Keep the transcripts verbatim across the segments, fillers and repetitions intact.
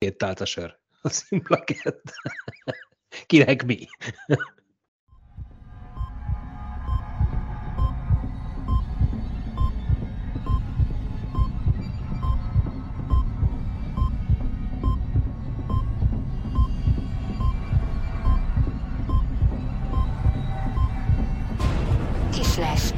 Két tálca sör. A szimplakett. Kinek mi? Kisles.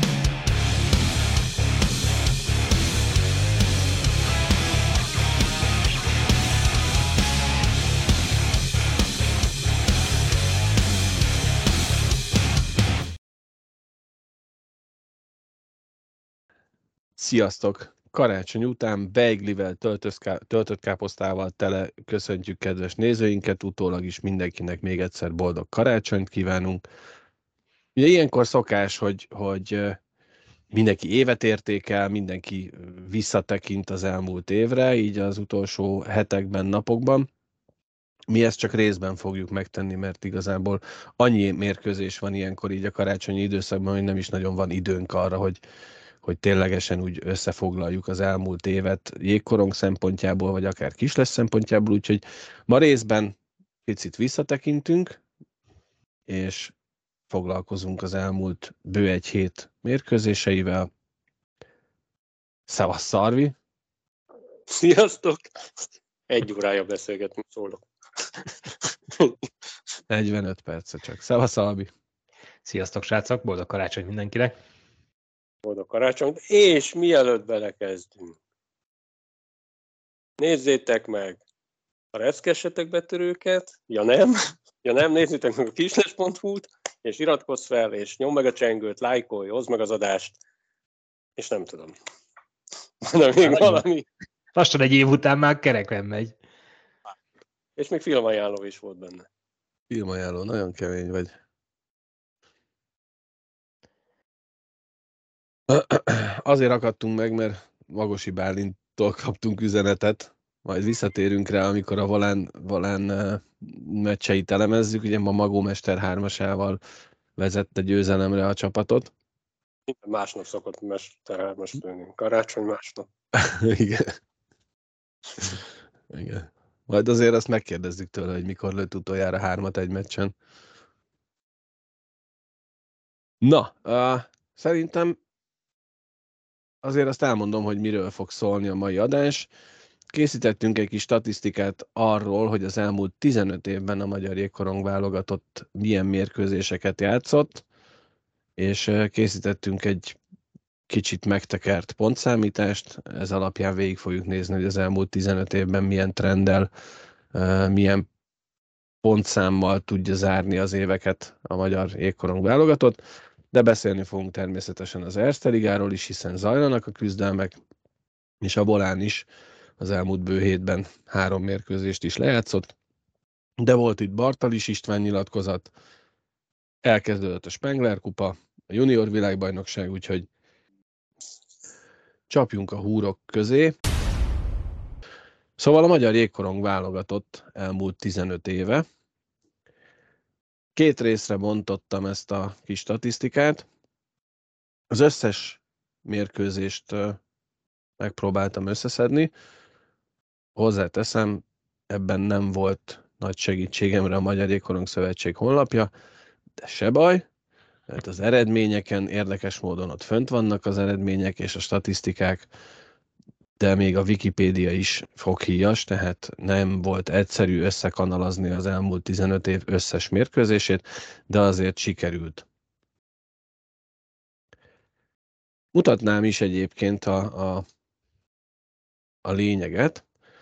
Sziasztok! Karácsony után beiglivel, töltött káposztával tele köszöntjük kedves nézőinket, utólag is mindenkinek még egyszer boldog karácsonyt kívánunk. Ugye ilyenkor szokás, hogy, hogy mindenki évet értékel, mindenki visszatekint az elmúlt évre, így az utolsó hetekben, napokban. Mi ezt csak részben fogjuk megtenni, mert igazából annyi mérkőzés van ilyenkor így a karácsonyi időszakban, hogy nem is nagyon van időnk arra, hogy hogy ténylegesen úgy összefoglaljuk az elmúlt évet jégkorong szempontjából, vagy akár Kisles szempontjából, úgyhogy ma részben picit visszatekintünk, és foglalkozunk az elmúlt bő egy hét mérkőzéseivel. Szevasz, Szarvi! Sziasztok! Egy órája beszélgetünk, szólok. negyvenöt perce csak. Szevasz, Albi! Sziasztok, srácok! Boldog karácsony mindenkinek! Boldog karácsonyt, és mielőtt belekezdünk, nézzétek meg a reszkessetek betörőket, ja nem, ja nem, nézzétek meg a kisles pont hu-t, és iratkozz fel, és nyomd meg a csengőt, lájkolj, hozd meg az adást, és nem tudom. De még Na, valami. Lassan egy év után már kereken megy. És még filmajánló is volt benne. Filmajánló, nagyon kemény vagy. Azért akadtunk meg, mert Magosi Bálinttól kaptunk üzenetet, majd visszatérünk rá, amikor a Volán, Volán meccseit elemezzük. Ugye ma Magó Mester hármasával vezette győzelemre a csapatot. Másnap szokott Mester hármas lőni. Karácsony másnap. Igen. Igen. Majd azért azt megkérdezzük tőle, hogy mikor lőtt utoljára hármat egy meccsen. Na, uh, szerintem azért azt elmondom, hogy miről fog szólni a mai adás. Készítettünk egy kis statisztikát arról, hogy az elmúlt tizenöt évben a magyar jégkorong válogatott milyen mérkőzéseket játszott, és készítettünk egy kicsit megtekert pontszámítást. Ez alapján végig fogjuk nézni, hogy az elmúlt tizenöt évben milyen trenddel, milyen pontszámmal tudja zárni az éveket a magyar jégkorong válogatott. De beszélni fogunk természetesen az Erste Ligáról is, hiszen zajlanak a küzdelmek, és a Volán is az elmúlt bő hétben három mérkőzést is lejátszott. De volt itt Bartalis István nyilatkozat, elkezdődött a Spengler kupa, a junior világbajnokság, úgyhogy csapjunk a húrok közé. Szóval a magyar jégkorong válogatott elmúlt tizenöt éve. Két részre bontottam ezt a kis statisztikát. Az összes mérkőzést megpróbáltam összeszedni. Hozzáteszem, ebben nem volt nagy segítségemre a Magyar Jégkorong Szövetség honlapja, de se baj, mert az eredményeken érdekes módon ott fönt vannak az eredmények és a statisztikák, de még a Wikipédia is foghíjas, tehát nem volt egyszerű összekanalazni az elmúlt tizenöt év összes mérkőzését, de azért sikerült. Mutatnám is egyébként a, a, a lényeget.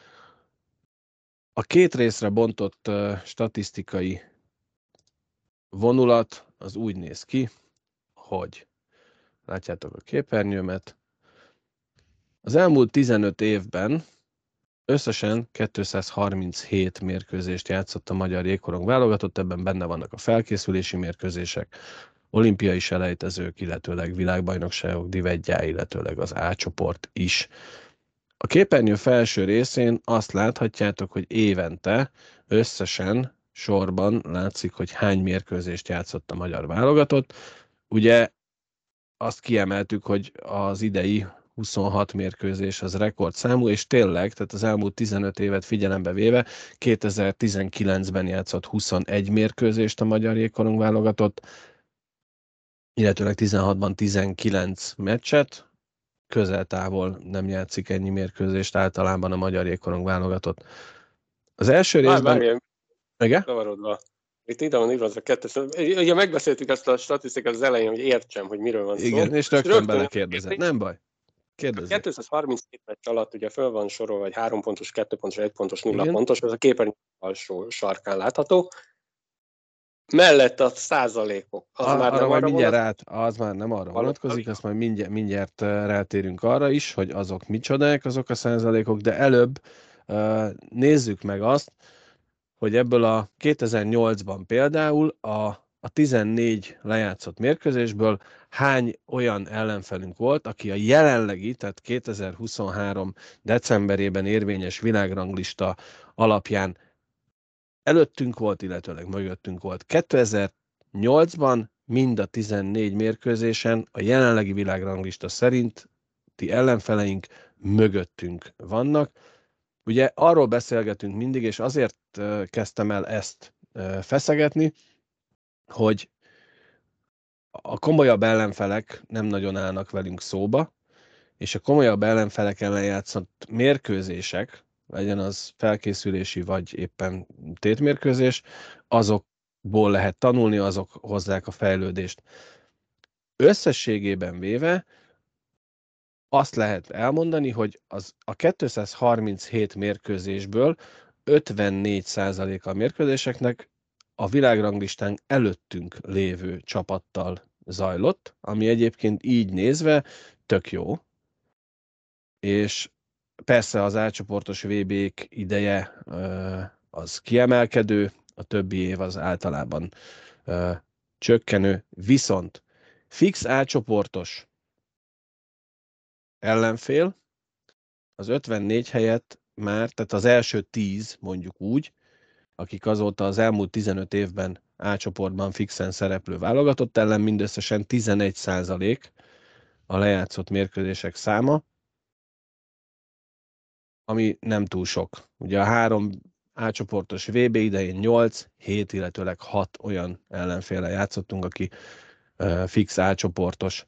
A két részre bontott uh, statisztikai vonulat az úgy néz ki, hogy látjátok a képernyőmet. Az elmúlt tizenöt évben összesen kétszázharminchét mérkőzést játszott a magyar jégkorong válogatott, ebben benne vannak a felkészülési mérkőzések, olimpiai selejtezők, illetőleg világbajnokságok divedjá, illetőleg az A csoport is. A képernyő felső részén azt láthatjátok, hogy évente összesen sorban látszik, hogy hány mérkőzést játszott a magyar válogatott. Ugye azt kiemeltük, hogy az idei huszonhat mérkőzés az rekordszámú, és tényleg, tehát az elmúlt tizenöt évet figyelembe véve kétezer-tizenkilencben játszott huszonegy mérkőzést a magyar jégkorong válogatott, illetőleg tizenhatban tizenkilenc meccset, közel-távol nem játszik ennyi mérkőzést általában a magyar jégkorong válogatott. Az első Várj, részben... várj, Igen? Zavarodva. Itt ide van írva az a kettős. Ugye megbeszéltük ezt a statisztikát az elején, hogy értsem, hogy miről van szó. Igen, és rögtön, rögtön belekérdezett. Nem baj. Kérdezzék. kétszázharminchét meccs alatt ugye föl van sorolva, vagy három pontos, kettő pontos, egy pontos, nulla Igen. pontos, ez a képernyő alsó sarkán látható. Mellett a százalékok. Az a, már arra nem majd arra mindjárt vonat... át, az már nem arra vonatkozik, azt majd mindjárt, mindjárt rátérünk arra is, hogy azok micsodák, azok a százalékok, de előbb uh, nézzük meg azt, hogy ebből a kétezer-nyolcban például a, a tizennégy lejátszott mérkőzésből hány olyan ellenfelünk volt, aki a jelenlegi, tehát kétezer-huszonhárom decemberében érvényes világranglista alapján előttünk volt, illetőleg mögöttünk volt. kétezer-nyolcban mind a tizennégy mérkőzésen a jelenlegi világranglista szerinti ellenfeleink mögöttünk vannak. Ugye arról beszélgetünk mindig, és azért kezdtem el ezt feszegetni, hogy a komolyabb ellenfelek nem nagyon állnak velünk szóba, és a komolyabb ellenfelek ellen játszott mérkőzések, legyen az felkészülési vagy éppen tétmérkőzés, azokból lehet tanulni, azok hozzák a fejlődést. Összességében véve azt lehet elmondani, hogy az a kétszázharminchét mérkőzésből ötvennégy százaléka a mérkőzéseknek a világranglistán előttünk lévő csapattal zajlott, ami egyébként így nézve tök jó. És persze az átcsoportos vé bék ideje az kiemelkedő, a többi év az általában csökkenő, viszont fix átcsoportos ellenfél az ötvennégy helyett már, tehát az első tíz mondjuk úgy, akik azóta az elmúlt tizenöt évben A-csoportban fixen szereplő válogatott ellen mindösszesen tizenegy százalék a lejátszott mérkőzések száma, ami nem túl sok. Ugye a három A-csoportos vé bé idején nyolc, hét, illetőleg hat olyan ellenféllel játszottunk, aki uh, fix A-csoportos.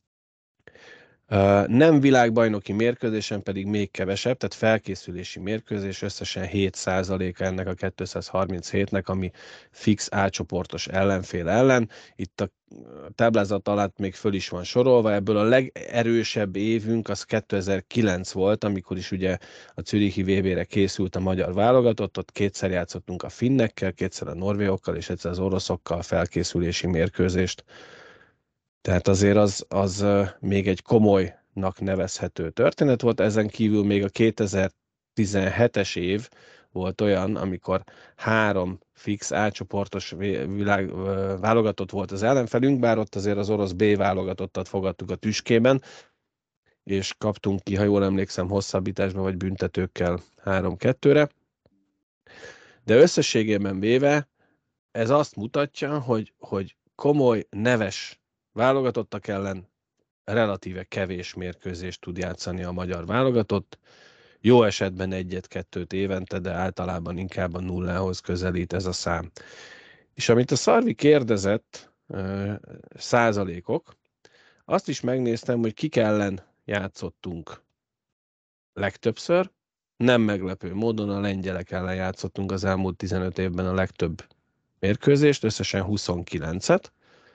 Uh, nem világbajnoki mérkőzésen pedig még kevesebb, tehát felkészülési mérkőzés összesen hét százaléka ennek a kétszázharminchétnek, ami fix A-csoportos ellenfél ellen. Itt a táblázat alatt még föl is van sorolva, ebből a legerősebb évünk az kétezer-kilenc volt, amikor is ugye a zürichi vé bére készült a magyar válogatott, ott kétszer játszottunk a finnekkel, kétszer a norvégokkal és egyszer az oroszokkal felkészülési mérkőzést. Tehát azért az, az még egy komolynak nevezhető történet volt, ezen kívül még a kétezer-tizenhetes év volt olyan, amikor három fix A-csoportos világ, válogatott volt az ellenfelünk, bár ott azért az orosz B válogatottat fogadtuk a tüskében, és kaptunk ki, ha jól emlékszem, hosszabbításba vagy büntetőkkel három-kettőre. De összességében véve ez azt mutatja, hogy, hogy komoly, neves válogatottak ellen relatíve kevés mérkőzést tud játszani a magyar válogatott. Jó esetben egyet-kettőt évente, de általában inkább a nullához közelít ez a szám. És amit a Szarvi kérdezett, százalékok, azt is megnéztem, hogy kik ellen játszottunk legtöbbször. Nem meglepő módon a lengyelek ellen játszottunk az elmúlt tizenöt évben a legtöbb mérkőzést, összesen huszonkilencet.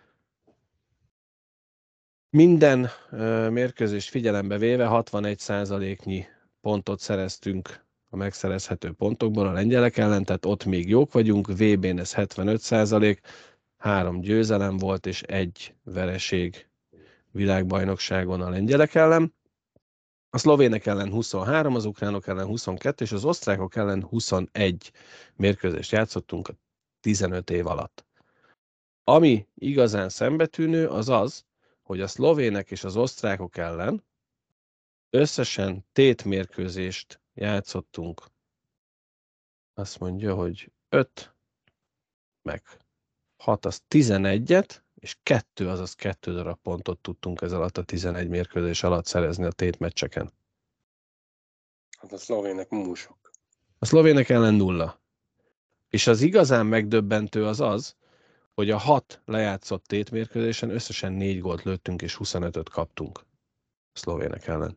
Minden uh, mérkőzést figyelembe véve hatvanegy százaléknyi pontot szereztünk a megszerezhető pontokból a lengyelek ellen, tehát ott még jók vagyunk, vé bén ez hetvenöt százalék, három győzelem volt és egy vereség világbajnokságon a lengyelek ellen. A szlovének ellen huszonhárom, az ukránok ellen huszonkettő és az osztrákok ellen huszonegy mérkőzést játszottunk a tizenöt év alatt. Ami igazán szembetűnő az az, hogy a szlovének és az osztrákok ellen összesen tétmérkőzést játszottunk. Azt mondja, hogy öt, meg hat, az tizenegyet, és kettő, azaz kettő darab pontot tudtunk ez alatt a tizenegy mérkőzés alatt szerezni a tétmeccseken. Hát a szlovének músok. A szlovének ellen nulla. És az igazán megdöbbentő az az, hogy a hat lejátszott tétmérkőzésen összesen négy gólt lőttünk, és huszonötöt kaptunk a szlovének ellen.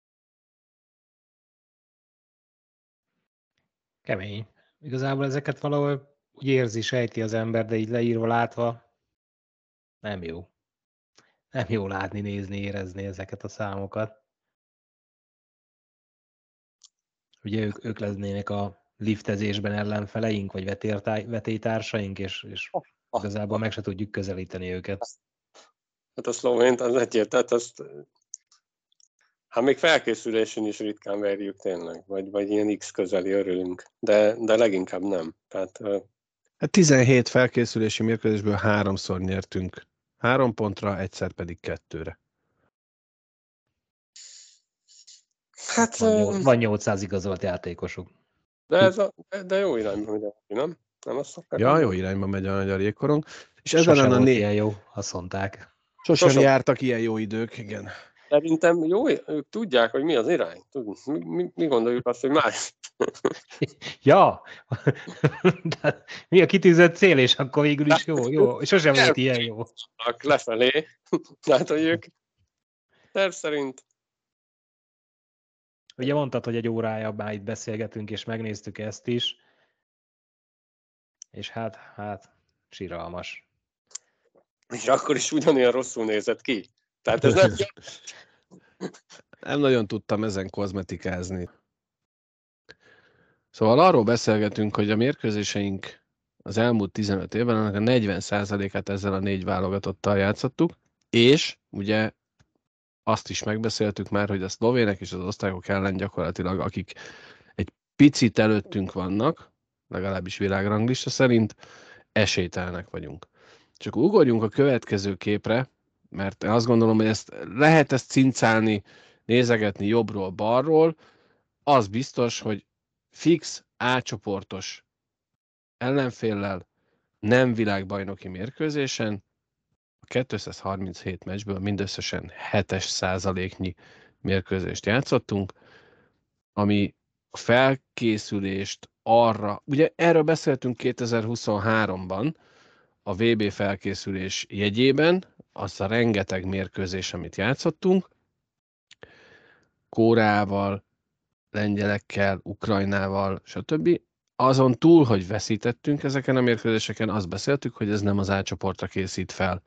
Kemény. Igazából ezeket valahol úgy érzi, sejti az ember, de így leírva, látva nem jó. Nem jó látni, nézni, érezni ezeket a számokat. Ugye ők, ők lennének a liftezésben ellenfeleink, vagy vetélytársaink, és, és igazából meg se tudjuk közelíteni őket. Hát a szlovént az egyért, tehát azt hát még felkészülésen is ritkán verjük tényleg, vagy, vagy ilyen X közeli örülünk, de, de leginkább nem. Tehát, hát tizenhét felkészülési mérkőzésből háromszor nyertünk. Három pontra, egyszer pedig kettőre. hát, Van, van nyolcszáz igazolt játékosuk. De, ez a, de jó irányba megy, nem? Nem azt szokták? Ja, jó irányba megy a magyar jégkorong. És Sosem ezen a volt né... ilyen jó, azt mondták. Sosem Sosem. jártak ilyen jó idők, igen. Szerintem jó, ők tudják, hogy mi az irány. Mi, mi, mi gondoljuk azt, hogy más? Ja, de mi a kitűzött cél, és akkor végül is jó, jó. Sosem volt ilyen jó. Lefelé. Tehát, hogy ők terv szerint. Ugye mondtad, hogy egy órája már itt beszélgetünk, és megnéztük ezt is. És hát, hát, siralmas. És akkor is ugyanolyan rosszul nézett ki. Tehát ez nem... Nem nagyon tudtam ezen kozmetikázni. Szóval arról beszélgetünk, hogy a mérkőzéseink az elmúlt tizenöt évben annak a negyven százalékát ezzel a négy válogatottal játszottuk, és ugye azt is megbeszéltük már, hogy a szlovének és az osztrákok ellen gyakorlatilag, akik egy picit előttünk vannak, legalábbis világranglista szerint, esélytelenek vagyunk. Csak ugorjunk a következő képre, mert azt gondolom, hogy ezt lehet ezt cincálni, nézegetni jobbról-balról, az biztos, hogy fix A-csoportos ellenféllel nem világbajnoki mérkőzésen a kétszázharminchét meccsből mindösszesen hetes százaléknyi mérkőzést játszottunk, ami a felkészülést arra, ugye erről beszéltünk kétezer-huszonháromban a vé bé felkészülés jegyében, az a rengeteg mérkőzés, amit játszottunk, Kórával, lengyelekkel, Ukrajnával, stb. Azon túl, hogy veszítettünk ezeken a mérkőzéseken, azt beszéltük, hogy ez nem az A-csoportra készít fel.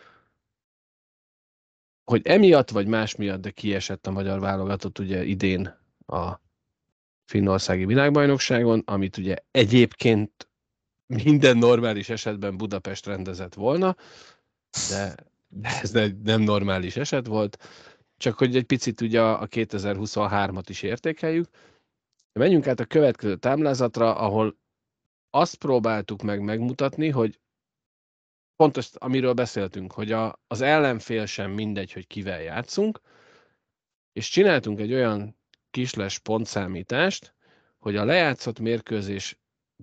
Hogy emiatt vagy más miatt, de kiesett a magyar válogatott ugye idén a finnországi világbajnokságon, amit ugye egyébként minden normális esetben Budapest rendezett volna, de ez nem normális eset volt, csak hogy egy picit ugye a kétezer-huszonhármat is értékeljük. Menjünk át a következő táblázatra, ahol azt próbáltuk meg megmutatni, hogy pont azt, amiről beszéltünk, hogy a, az ellenfél sem mindegy, hogy kivel játszunk, és csináltunk egy olyan kisles pontszámítást, hogy a lejátszott mérkőzés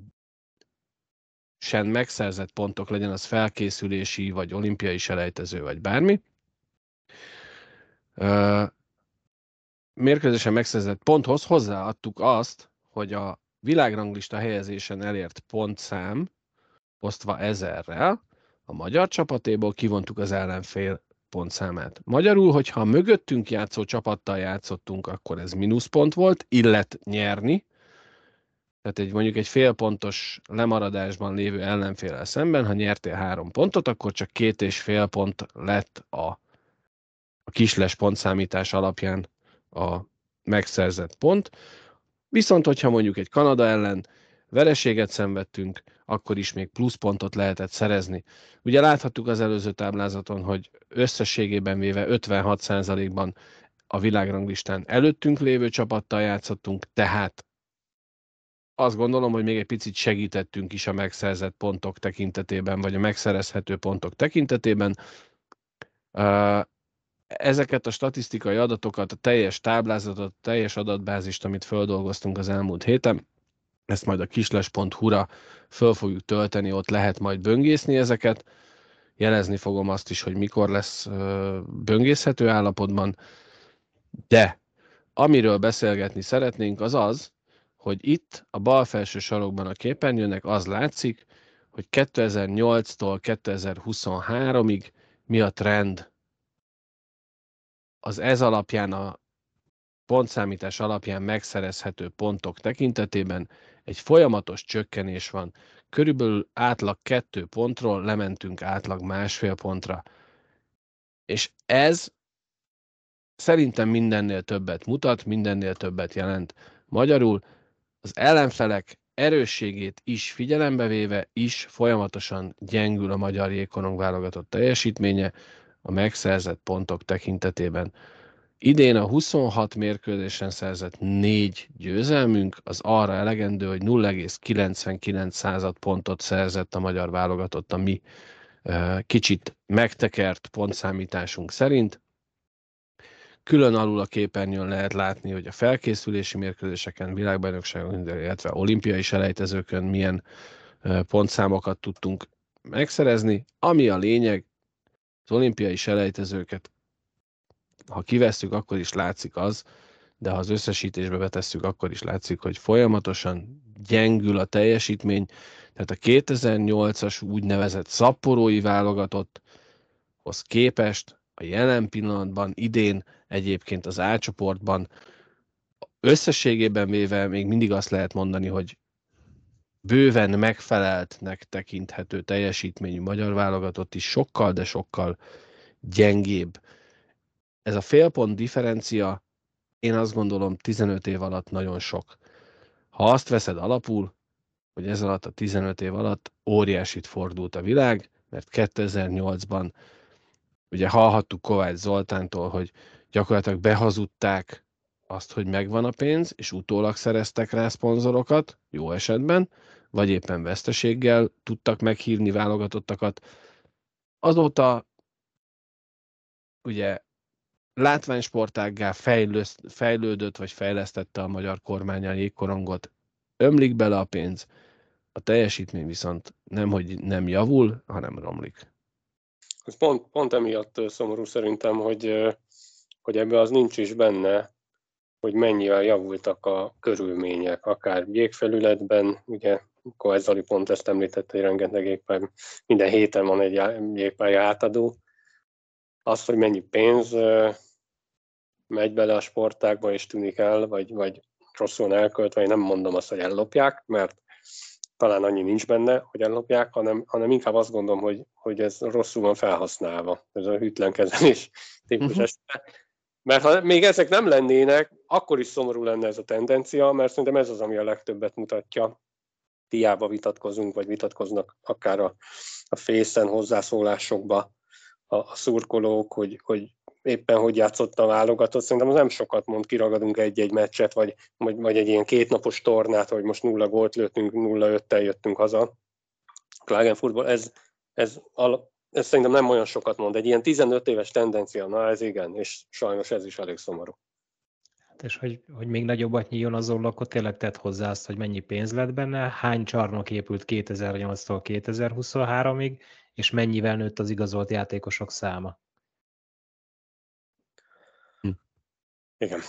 sen megszerzett pontok, legyen az felkészülési, vagy olimpiai selejtező, vagy bármi. Mérkőzésen megszerzett ponthoz hozzáadtuk azt, hogy a világranglista helyezésen elért pontszám osztva ezerrel a magyar csapatéból kivontuk az ellenfél pontszámát. Magyarul, hogyha a mögöttünk játszó csapattal játszottunk, akkor ez mínuszpont volt, illet nyerni. Tehát egy, mondjuk egy fél pontos lemaradásban lévő ellenféllel szemben, ha nyertél három pontot, akkor csak két és fél pont lett a, a kisles pontszámítás alapján a megszerzett pont. Viszont, hogyha mondjuk egy Kanada ellen vereséget szenvedtünk, akkor is még pluszpontot lehetett szerezni. Ugye láthattuk az előző táblázaton, hogy összességében véve ötvenhat százalékban a világranglistán előttünk lévő csapattal játszottunk, tehát azt gondolom, hogy még egy picit segítettünk is a megszerzett pontok tekintetében, vagy a megszerezhető pontok tekintetében. Ezeket a statisztikai adatokat, a teljes táblázatot, a teljes adatbázist, amit földolgoztunk az elmúlt héten, ezt majd a kisles pont hu-ra föl fogjuk tölteni, ott lehet majd böngészni ezeket, jelezni fogom azt is, hogy mikor lesz böngészhető állapotban, de amiről beszélgetni szeretnénk, az az, hogy itt a bal felső sarokban a képernyőnek az látszik, hogy kétezer-nyolctól kétezer-huszonháromig mi a trend. Az ez alapján, a pontszámítás alapján megszerezhető pontok tekintetében egy folyamatos csökkenés van. Körülbelül átlag kettő pontról lementünk átlag másfél pontra. És ez szerintem mindennél többet mutat, mindennél többet jelent. Magyarul az ellenfelek erősségét is figyelembe véve is folyamatosan gyengül a magyar jégkorong válogatott teljesítménye a megszerzett pontok tekintetében. Idén a huszonhat mérkőzésen szerzett négy győzelmünk, az arra elegendő, hogy nulla egész kilencvenkilenc pontot szerzett a magyar válogatott, a mi kicsit megtekert pontszámításunk szerint. Külön alul a képernyőn lehet látni, hogy a felkészülési mérkőzéseken, világbajnokságon, illetve olimpiai selejtezőkön milyen pontszámokat tudtunk megszerezni. Ami a lényeg, az olimpiai selejtezőket, ha kivesszük, akkor is látszik az, de ha az összesítésbe betesszük, akkor is látszik, hogy folyamatosan gyengül a teljesítmény. Tehát a kétezer-nyolcas úgynevezett szapporói válogatotthoz képest a jelen pillanatban, idén egyébként az A csoportban összességében véve még mindig azt lehet mondani, hogy bőven megfeleltnek tekinthető teljesítményű magyar válogatott is sokkal, de sokkal gyengébb. Ez a félpont differencia, én azt gondolom, tizenöt év alatt nagyon sok. Ha azt veszed alapul, hogy ez alatt a tizenöt év alatt óriásit fordult a világ, mert kétezer-nyolcban ugye hallhattuk Kovács Zoltántól, hogy gyakorlatilag behazudták azt, hogy megvan a pénz, és utólag szereztek rá szponzorokat, jó esetben, vagy éppen veszteséggel tudtak meghívni válogatottakat. Azóta ugye látványsportággá fejlődött, vagy fejlesztette a magyar kormány a jégkorongot, ömlik bele a pénz, a teljesítmény viszont nemhogy nem javul, hanem romlik. Ez pont, pont emiatt szomorú szerintem, hogy, hogy ebbe az nincs is benne, hogy mennyivel javultak a körülmények, akár jégfelületben, ugye Kovács Zoli pont ezt említette, hogy rengeteg jégpálya, minden héten van egy jégpálya átadó. Az, hogy mennyi pénz megy bele a sportágba és tűnik el, vagy, vagy rosszul elköltve, én nem mondom azt, hogy ellopják, mert talán annyi nincs benne, hogy ellopják, hanem, hanem inkább azt gondolom, hogy, hogy ez rosszul van felhasználva, ez a hűtlen kezelés típus uh-huh. esetben. Mert ha még ezek nem lennének, akkor is szomorú lenne ez a tendencia, mert szerintem ez az, ami a legtöbbet mutatja. Hiába vitatkozunk, vagy vitatkoznak akár a, a Face-en hozzászólásokba a, a szurkolók, hogy, hogy éppen hogy játszott a válogatott. Szerintem az nem sokat mond, kiragadunk egy-egy meccset, vagy, vagy, vagy egy ilyen kétnapos tornát, hogy most nulla gólt lőttünk, nulla öttel jöttünk haza. Klagenfurtból ez, ez, ez szerintem nem olyan sokat mond. Egy ilyen tizenöt éves tendencia, na ez igen, és sajnos ez is elég szomorú. Hát és hogy, hogy még nagyobbat nyíljon az olló, akkor tényleg tett hozzá azt, hogy mennyi pénz lett benne, hány csarnok épült kétezer-nyolctól kétezer-huszonháromig, és mennyivel nőtt az igazolt játékosok száma. Hm. Igen.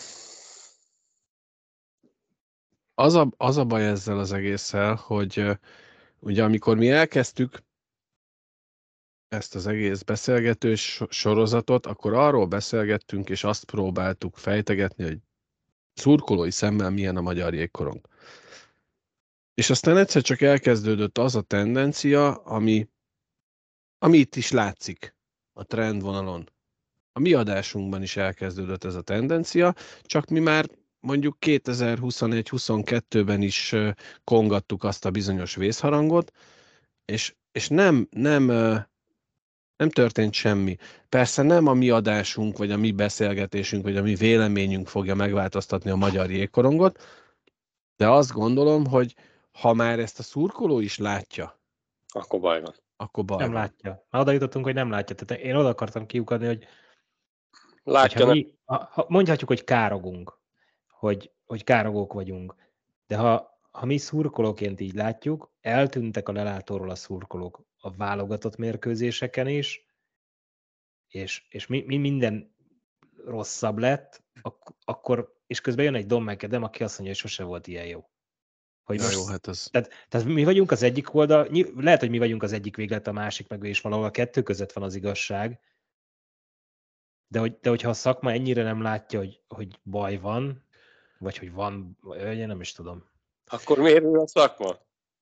Az a, az a baj ezzel az egésszel, hogy uh, ugye amikor mi elkezdtük ezt az egész beszélgetős sorozatot, akkor arról beszélgettünk, és azt próbáltuk fejtegetni, hogy szurkolói szemmel milyen a magyar jégkorong. És aztán egyszer csak elkezdődött az a tendencia, ami, ami itt is látszik a trendvonalon. A mi adásunkban is elkezdődött ez a tendencia, csak mi már mondjuk kétezer-huszonegy-huszonkettőben is kongattuk azt a bizonyos vészharangot, és, és nem, nem, nem történt semmi. Persze nem a mi adásunk, vagy a mi beszélgetésünk, vagy a mi véleményünk fogja megváltoztatni a magyar jégkorongot, de azt gondolom, hogy ha már ezt a szurkoló is látja, akkor baj van. Akkor baj nem van. látja. Már oda jutottunk, hogy nem látja. Tehát én oda akartam kiukadni, hogy látja. Ha mi, ha mondhatjuk, hogy károgunk, hogy, hogy károgók vagyunk, de ha, ha mi szurkolóként így látjuk, eltűntek a lelátóról a szurkolók. a válogatott mérkőzéseken is, és, és mi, mi minden rosszabb lett, ak- akkor, és közben jön egy Don McAdam, aki azt mondja, hogy sose volt ilyen jó. Hogy Na most, jó, hát az... tehát, tehát mi vagyunk az egyik oldal, lehet, hogy mi vagyunk az egyik véglet, a másik meg ő is valahol a kettő között van az igazság, de, hogy, de hogyha a szakma ennyire nem látja, hogy, hogy baj van, vagy hogy van, én nem is tudom. Akkor miért ő a szakma?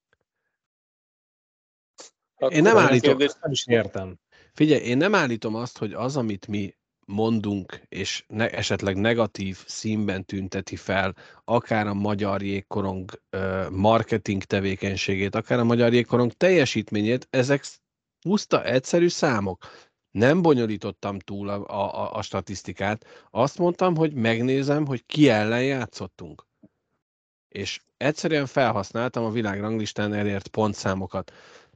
Akkor Én nem Vagy állítom... kérdés, nem is értem. Figyelj, én nem állítom azt, hogy az, amit mi mondunk, és ne, esetleg negatív színben tünteti fel, akár a magyar jégkorong uh, marketing tevékenységét, akár a magyar jégkorong teljesítményét, ezek puszta egyszerű számok. Nem bonyolítottam túl a, a, a statisztikát. Azt mondtam, hogy megnézem, hogy ki ellen játszottunk. És egyszerűen felhasználtam a világranglistán elért pontszámokat.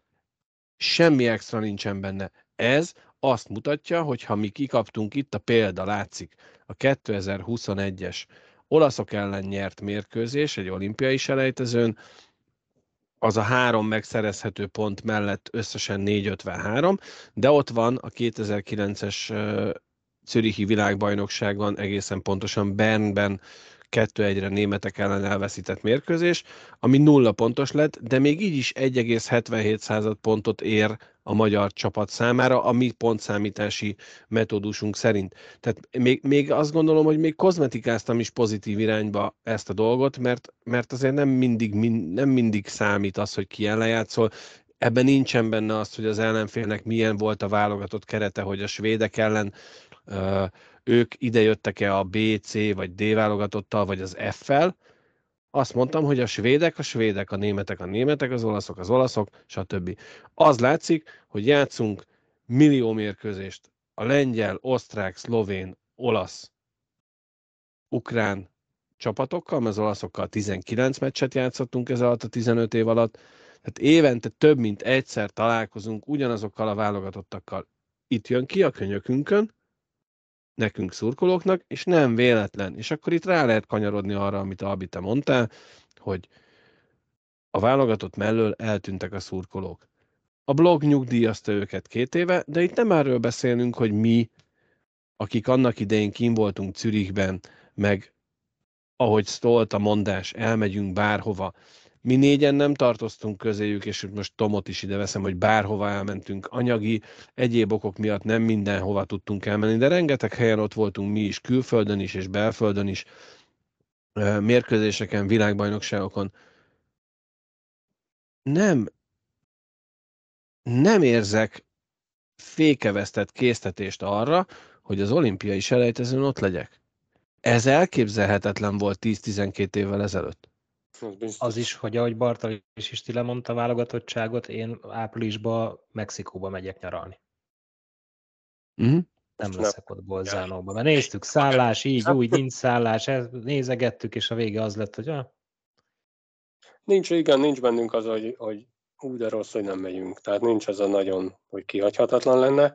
Semmi extra nincsen benne. Ez azt mutatja, hogy ha mi kikaptunk, itt a példa látszik, a kétezer-huszonegyes olaszok ellen nyert mérkőzés egy olimpiai selejtezőn, az a három megszerezhető pont mellett összesen négy ötvenhárom, de ott van a kétezer-kilences uh, Zürichi világbajnokságon, egészen pontosan Bernben kettő egyre németek ellen elveszített mérkőzés, ami nulla pontos lett, de még így is egy egész hetvenhét pontot ér a magyar csapat számára, a mi pontszámítási metódusunk szerint. Tehát még, még azt gondolom, hogy még kozmetikáztam is pozitív irányba ezt a dolgot, mert, mert azért nem mindig, min, nem mindig számít az, hogy ki ellen játszol. Ebben nincsen benne az, hogy az ellenfélnek milyen volt a válogatott kerete, hogy a svédek ellen uh, ők idejöttek-e a B, C vagy D válogatottal, vagy az F-fel. Azt mondtam, hogy a svédek a svédek, a németek a németek, az olaszok az olaszok, stb. Az látszik, hogy játszunk millió mérkőzést a lengyel, osztrák, szlovén, olasz, ukrán csapatokkal, mert az olaszokkal tizenkilenc meccset játszottunk ez alatt a tizenöt év alatt. Tehát évente több mint egyszer találkozunk ugyanazokkal a válogatottakkal. Itt jön ki a könyökünkön, nekünk szurkolóknak, és nem véletlen. És akkor itt rá lehet kanyarodni arra, amit Albi, te mondtál, hogy a válogatott mellől eltűntek a szurkolók. A blog nyugdíjazta őket két éve, de itt nem erről beszélünk, hogy mi, akik annak idején kín voltunk Zürichben, meg ahogy szólt a mondás, elmegyünk bárhova. Mi négyen nem tartoztunk közéjük, és most Tomot is ide veszem, hogy bárhova elmentünk. Anyagi, egyéb okok miatt nem mindenhova tudtunk elmenni, de rengeteg helyen ott voltunk mi is, külföldön is és belföldön is, mérkőzéseken, világbajnokságokon. Nem, nem érzek fékevesztett késztetést arra, hogy az olimpiai selejtezőn ott legyek. Ez elképzelhetetlen volt tíz-tizenkét évvel ezelőtt. Az is, hogy ahogy Bartal is is lemondta a válogatottságot, én áprilisban Mexikóba megyek nyaralni. Uh-huh. Nem leszek ott Bolzánóban. Mert néztük, szállás, így, úgy, nincs szállás, nézegettük, és a vége az lett, hogy ah. Nincs, igen, nincs bennünk az, hogy, hogy úgy de rossz, hogy nem megyünk. Tehát nincs az a nagyon, hogy kihagyhatatlan lenne.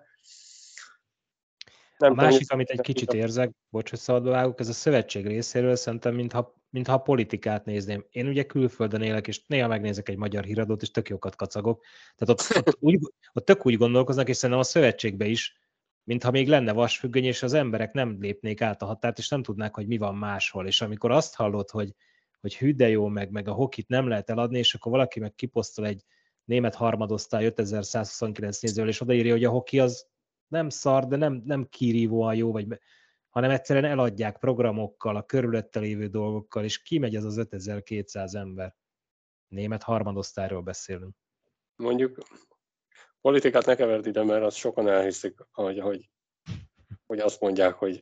Nem a másik, tudom, amit egy kicsit érzek, bocs, hogy szabadba vágok, ez a szövetség részéről szerintem, mintha, mintha a politikát nézném. Én ugye külföldön élek, és néha megnézek egy magyar híradót, és tök jókat kacagok. Tehát ott, ott, úgy, ott tök úgy gondolkoznak, és szerintem a szövetségbe is, mintha még lenne vasfüggöny, és az emberek nem lépnék át a határt, és nem tudnák, hogy mi van máshol. És amikor azt hallod, hogy, hogy hű de jó, meg, meg a hokit nem lehet eladni, és akkor valaki meg kiposztol egy német harmadosztály ötezer-százhuszonkilenc nézővel, és odaírja, hogy a hoki az nem szar, de nem, nem kirívóan jó, vagy, hanem egyszerűen eladják programokkal, a körülötte lévő dolgokkal, és kimegy az az ötezer-kétszáz ember. Német harmadosztályról beszélünk. Mondjuk politikát ne keverd ide, mert azt sokan elhiszik, hogy, hogy, hogy azt mondják, hogy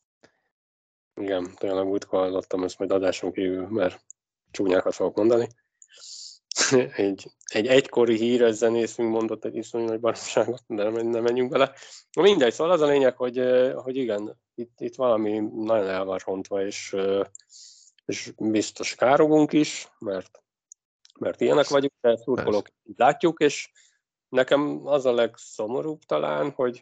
igen, tényleg úgy hallottam ezt majd adáson kívül, mert csúnyákat fogok mondani. Egy, egy egykori híres zenészünk mondott egy iszonyú nagy baromságot, de nem, nem menjünk bele. Mindegy, szóval az a lényeg, hogy, hogy igen, itt, itt valami nagyon el van rontva, és, és biztos károgunk is, mert, mert ilyenek vagyunk, de szurkolók látjuk, és nekem az a legszomorúbb talán, hogy,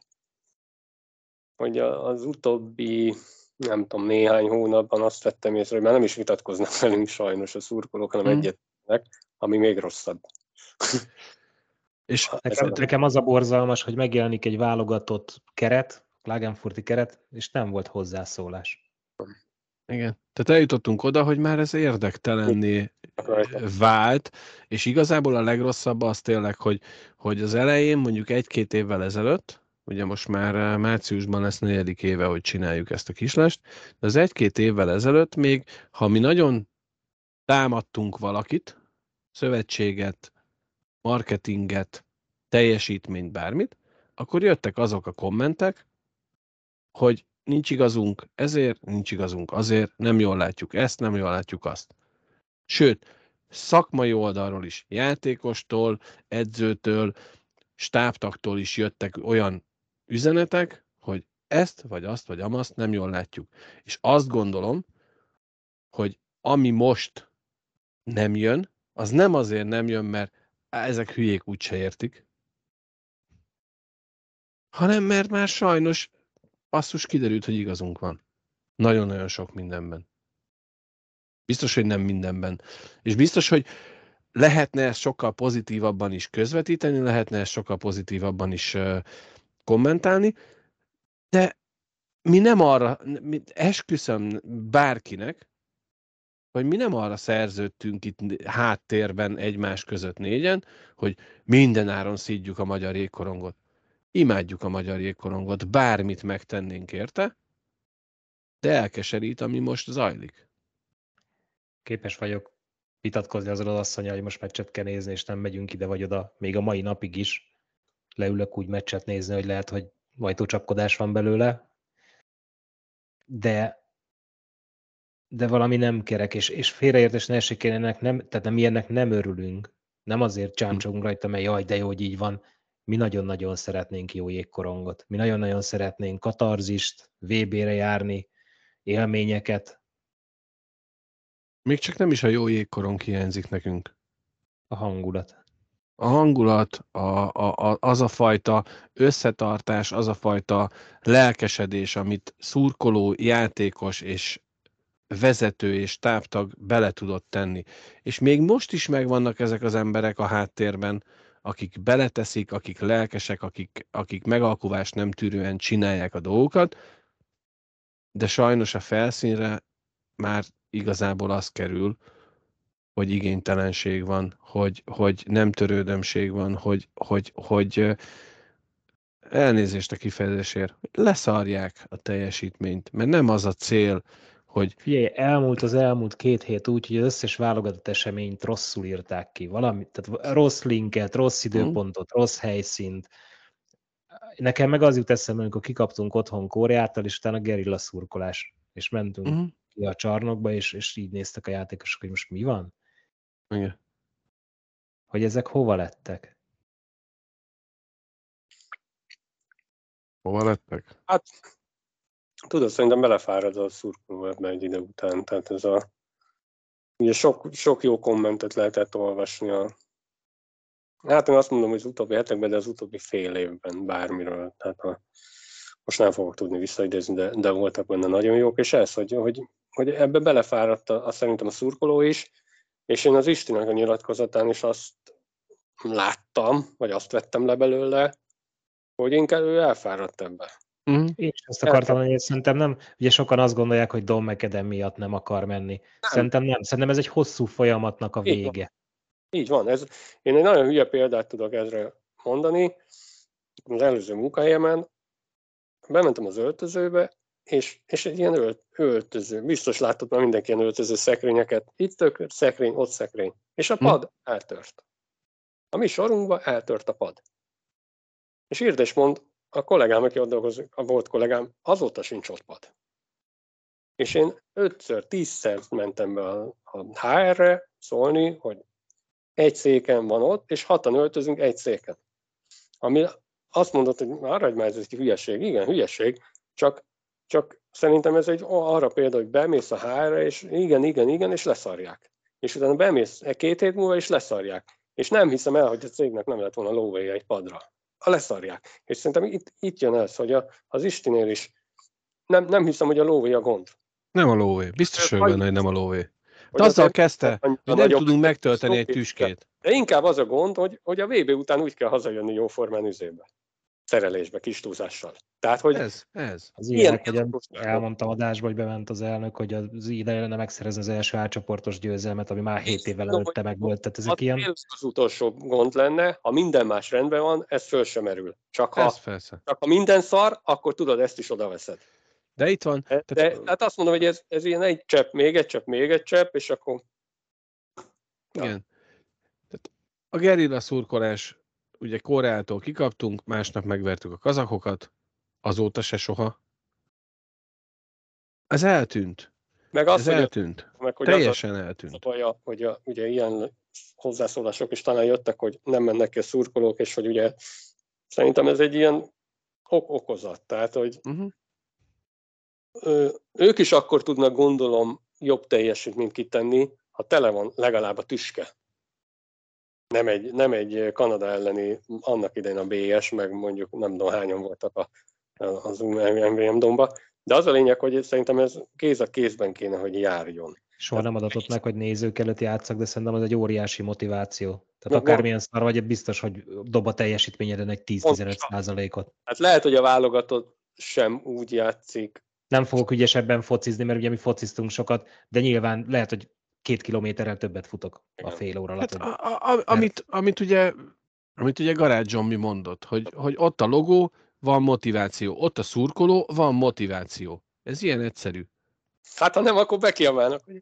hogy az utóbbi, nem tudom, néhány hónapban azt vettem észre, hogy már nem is vitatkoznak velünk sajnos a szurkolók, hanem hmm. egyetlenek, ami még rosszabb. És Nekem, nekem az a borzalmas, hogy megjelenik egy válogatott keret, Klagenfurti keret, és nem volt hozzászólás. igen. Tehát eljutottunk oda, hogy már ez érdektelenné vált, és igazából a legrosszabb az tényleg, hogy, hogy az elején, mondjuk egy-két évvel ezelőtt, ugye most már márciusban lesz negyedik éve, hogy csináljuk ezt a kislest, de az egy-két évvel ezelőtt még, ha mi nagyon támadtunk valakit, szövetséget, marketinget, teljesítményt, bármit, akkor jöttek azok a kommentek, hogy nincs igazunk ezért, nincs igazunk azért, nem jól látjuk ezt, nem jól látjuk azt. Sőt, szakmai oldalról is, játékostól, edzőtől, stábtagtól is jöttek olyan üzenetek, hogy ezt, vagy azt, vagy amazt nem jól látjuk. És azt gondolom, hogy ami most nem jön, az nem azért nem jön, mert á, ezek hülyék úgyse értik, hanem mert már sajnos basszus kiderült, hogy igazunk van. Nagyon-nagyon sok mindenben. Biztos, hogy nem mindenben. És biztos, hogy lehetne ezt sokkal pozitívabban is közvetíteni, lehetne ezt sokkal pozitívabban is uh, kommentálni, de mi nem arra, mi esküszöm bárkinek, hogy mi nem arra szerződtünk itt háttérben egymás között négyen, hogy minden áron szídjuk a magyar jégkorongot. Imádjuk a magyar jégkorongot, bármit megtennénk érte, de elkeserít, ami most zajlik. Képes vagyok vitatkozni azzal az asszonyal, hogy most meccset kell nézni, és nem megyünk ide vagy oda, még a mai napig is leülök úgy meccset nézni, hogy lehet, hogy ajtócsapkodás van belőle, de de valami nem kerek, és, és félreértés ne esik, ennek nem, tehát nem ilyennek nem örülünk. Nem azért csámcsogunk rajta, mert jaj, de jó, hogy így van. Mi nagyon-nagyon szeretnénk jó jégkorongot. Mi nagyon-nagyon szeretnénk katarzist, vé bé-re járni, élményeket. Még csak nem is a jó jégkorong hiányzik nekünk. A hangulat. A hangulat, a, a, a, az a fajta összetartás, az a fajta lelkesedés, amit szurkoló, játékos és vezető és táptag bele tudott tenni. És még most is megvannak ezek az emberek a háttérben, akik beleteszik, akik lelkesek, akik, akik megalkuvást nem tűrően csinálják a dolgokat, de sajnos a felszínre már igazából az kerül, hogy igénytelenség van, hogy, hogy nem törődömség van, hogy, hogy, hogy elnézést a kifejezésért, hogy leszarják a teljesítményt, mert nem az a cél, hogy... Figyelj, elmúlt az elmúlt két hét úgy, hogy az összes válogatott eseményt rosszul írták ki. Valami, tehát rossz linket, rossz időpontot, hmm. rossz helyszínt. Nekem meg az jut eszembe, amikor kikaptunk otthon Koreától, és utána gerilla szurkolás. És mentünk uh-huh. ki a csarnokba, és, és így néztek a játékosok, hogy most mi van? Igen. Hogy ezek hova lettek? Hova lettek? Hát, tudod, szerintem belefárad a szurkoló ebbe egy idő után. Tehát ez a... Ugye sok, sok jó kommentet lehetett olvasni a... Hát én azt mondom, hogy az utóbbi hetekben, de az utóbbi fél évben bármiről. Tehát a... most nem fogok tudni visszaidézni, de, de voltak benne nagyon jók, és ez, hogy, hogy, hogy ebbe belefáradt a, a, szerintem a szurkoló is, és én az Istinek a nyilatkozatán is azt láttam, vagy azt vettem le belőle, hogy inkább ő elfáradt ebbe. Mm. Én is azt akartam mondani, hogy szerintem nem, ugye sokan azt gondolják, hogy Don McAdam miatt nem akar menni. Nem. Szerintem nem, szerintem ez egy hosszú folyamatnak a Így vége. Van. Így van. Ez, én egy nagyon hülye példát tudok ezre mondani. Az előző munkahelyemen bementem az öltözőbe, és, és egy ilyen ölt, öltöző, biztos látott már mindenki ilyen öltöző szekrényeket, itt tök, szekrény, ott szekrény, és a pad hm. eltört. A mi sorunkban eltört a pad. És írd és mond, a kollégám, aki ott dolgozik, a volt kollégám, azóta sincs ott pad. És én ötször, tízszer mentem be a, a há erre szólni, hogy egy széken van ott, és hatan öltözünk egy széken. Ami azt mondott, hogy arra, hogy már ez egy hülyeség. Igen, hülyeség, csak, csak szerintem ez egy arra példa, hogy bemész a há erre, és igen, igen, igen, és leszarják. És utána bemész két hét múlva, és leszarják. És nem hiszem el, hogy a cégnek nem lett volna lóvéja egy padra. A leszarják. És szerintem itt, itt jön ez, hogy a, az Istinél is nem, nem hiszem, hogy a lóvé a gond. Nem a lóvé. Biztos, hogy benne, hogy nem a lóvé. hogy azzal azért kezdte, hogy nem nagyobb tudunk megtölteni egy szó- tüskét. De inkább az a gond, hogy, hogy a vé bé után úgy kell hazajönni jóformán üzébe. Szerelésbe, kis túlzással. Tehát, hogy Ez, ez. Az ilyen, ilyenek, ilyen hogy elmondtam adásba, hogy bement az elnök, hogy az ide lenne megszerezni az első átcsoportos győzelmet, ami már hét évvel előtte meg volt. Tehát ezek az, ilyen... az utolsó gond lenne, ha minden más rendben van, ez föl sem merül. Csak ha, Ez persze. csak ha minden szar, akkor tudod, ezt is odaveszed. De itt van. De, Tehát, de hát azt mondom, hogy ez, ez ilyen egy csepp, még egy csepp, még egy csepp, és akkor... igen. Tehát a gerilla szurkolás, ugye Koreától kikaptunk, másnap megvertük a kazakokat, azóta se soha. Ez eltűnt. Meg az, Ez hogy, eltűnt. meg, hogy Teljesen az a, eltűnt. a baj, hogy a, ugye ilyen hozzászólások is talán jöttek, hogy nem mennek ki a szurkolók, és hogy ugye szerintem ez egy ilyen ok- okozat. Tehát, hogy Uh-huh. ö, ők is akkor tudnak, gondolom, jobb teljesítményt kitenni, ha tele van legalább a tüske. Nem egy, nem egy Kanada elleni, annak idején a bé es, meg mondjuk nem tudom hányan voltak a, az em vé em domba, de az a lényeg, hogy szerintem ez kéz a kézben kéne, hogy járjon. Soha nem adatott meg, hogy nézők előtt játszak, de szerintem az egy óriási motiváció. Tehát Meg akármilyen szar vagy, biztos, hogy dob a teljesítményeden egy tíz-tizenöt százalékot. Hát lehet, hogy a válogatott sem úgy játszik. Nem fogok ügyesebben focizni, mert ugye mi fociztunk sokat, de nyilván lehet, hogy két kilométerrel többet futok a fél óra alatt. Hát, hogy... a, a, amit, amit ugye, amit ugye Garage Zombi mondott, hogy, hogy ott a logó, van motiváció, ott a szurkoló, van motiváció. Ez ilyen egyszerű. Hát ha nem, akkor bekiabálnak, hogy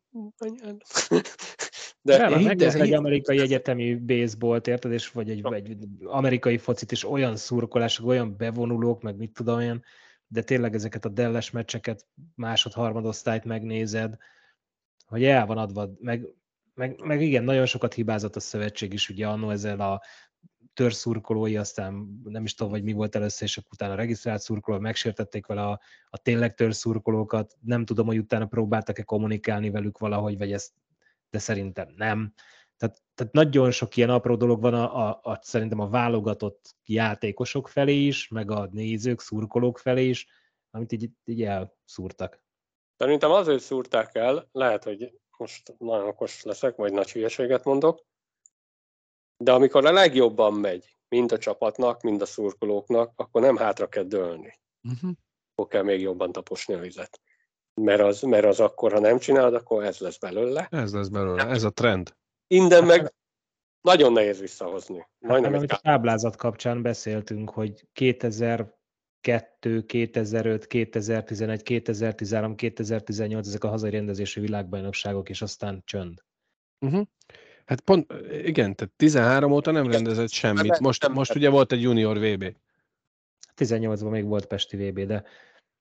De, De de hidd megnézel el, egy hidd- amerikai egyetemi baseballt, érted, és vagy egy, egy amerikai focit, és olyan szurkolások, olyan bevonulók, meg mit tudom én, de tényleg ezeket a Dallas meccseket, másod-harmadosztályt megnézed, hogy el van adva, meg, meg, meg igen, nagyon sokat hibázott a szövetség is, ugye annó ezzel a törzszurkolói, aztán nem is tudom, hogy mi volt először, és utána a regisztrált szurkolók, megsértették vele a, a tényleg törzszurkolókat, nem tudom, hogy utána próbáltak-e kommunikálni velük valahogy, vagy ezt, de szerintem nem. Tehát, tehát nagyon sok ilyen apró dolog van a, a, a, szerintem a válogatott játékosok felé is, meg a nézők, szurkolók felé is, amit így, így elszúrtak. Szerintem azért szúrták el, lehet, hogy most nagyon okos leszek, vagy nagy hülyeséget mondok, de amikor a legjobban megy, mind a csapatnak, mind a szurkolóknak, akkor nem hátra kell dőlni. Uh-huh. Akkor kell még jobban taposni a vizet. Mert az, mert az akkor, ha nem csinálod, akkor ez lesz belőle. Ez lesz belőle, ez a trend. Innen meg nagyon nehéz visszahozni. Majdnem Hát, egy amit a táblázat kapcsán beszéltünk, hogy kétezer-kettő, kétezer-öt, kétezer-tizenegy, kétezer-tizenhárom, kétezer-tizennyolc, ezek a hazai rendezésű világbajnokságok, és aztán csönd. Uh-huh. Hát pont, igen, tehát tizenhárom óta nem rendezett semmit. Most, most ugye volt egy junior vé bé. tizennyolcban még volt Pesti vé bé, de,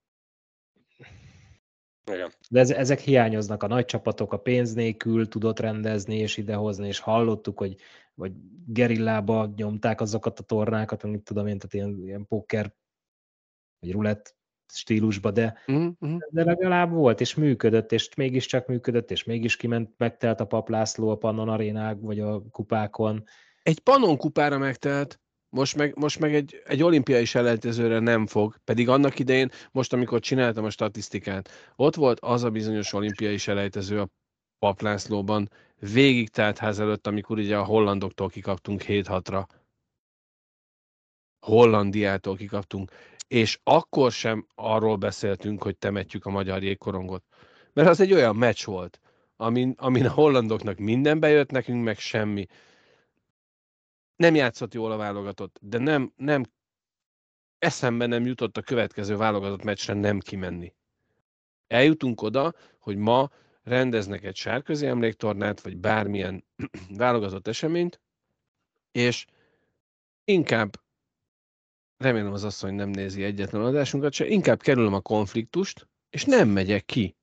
Igen. de ez, ezek hiányoznak. A nagy csapatok a pénz nélkül tudott rendezni és idehozni, és hallottuk, hogy, hogy gerillába nyomták azokat a tornákat, amit tudom én, tehát ilyen, ilyen poker vagy rulett stílusba, de, Uh-huh. de legalább volt, és működött, és mégiscsak működött, és mégis kiment, megtelt a Pap László a Pannon arénák, vagy a kupákon. Egy Pannon kupára megtelt, most meg, most meg egy, egy olimpiai selejtezőre nem fog, pedig annak idején, most amikor csináltam a statisztikát, ott volt az a bizonyos olimpiai selejtező a Pap Lászlóban, végig telt ház előtt, amikor ugye a hollandoktól kikaptunk hét hatra. Hollandiától kikaptunk, és akkor sem arról beszéltünk, hogy temetjük a magyar jégkorongot. Mert az egy olyan meccs volt, amin, amin a hollandoknak minden bejött, nekünk meg semmi. Nem játszott jól a válogatott, de nem, nem eszembe nem jutott a következő válogatott meccsre nem kimenni. Eljutunk oda, hogy ma rendeznek egy sárközi emléktornát, vagy bármilyen válogatott eseményt, és inkább, remélem az asszony nem nézi egyetlen adásunkat se, inkább kerülöm a konfliktust, és nem megyek ki.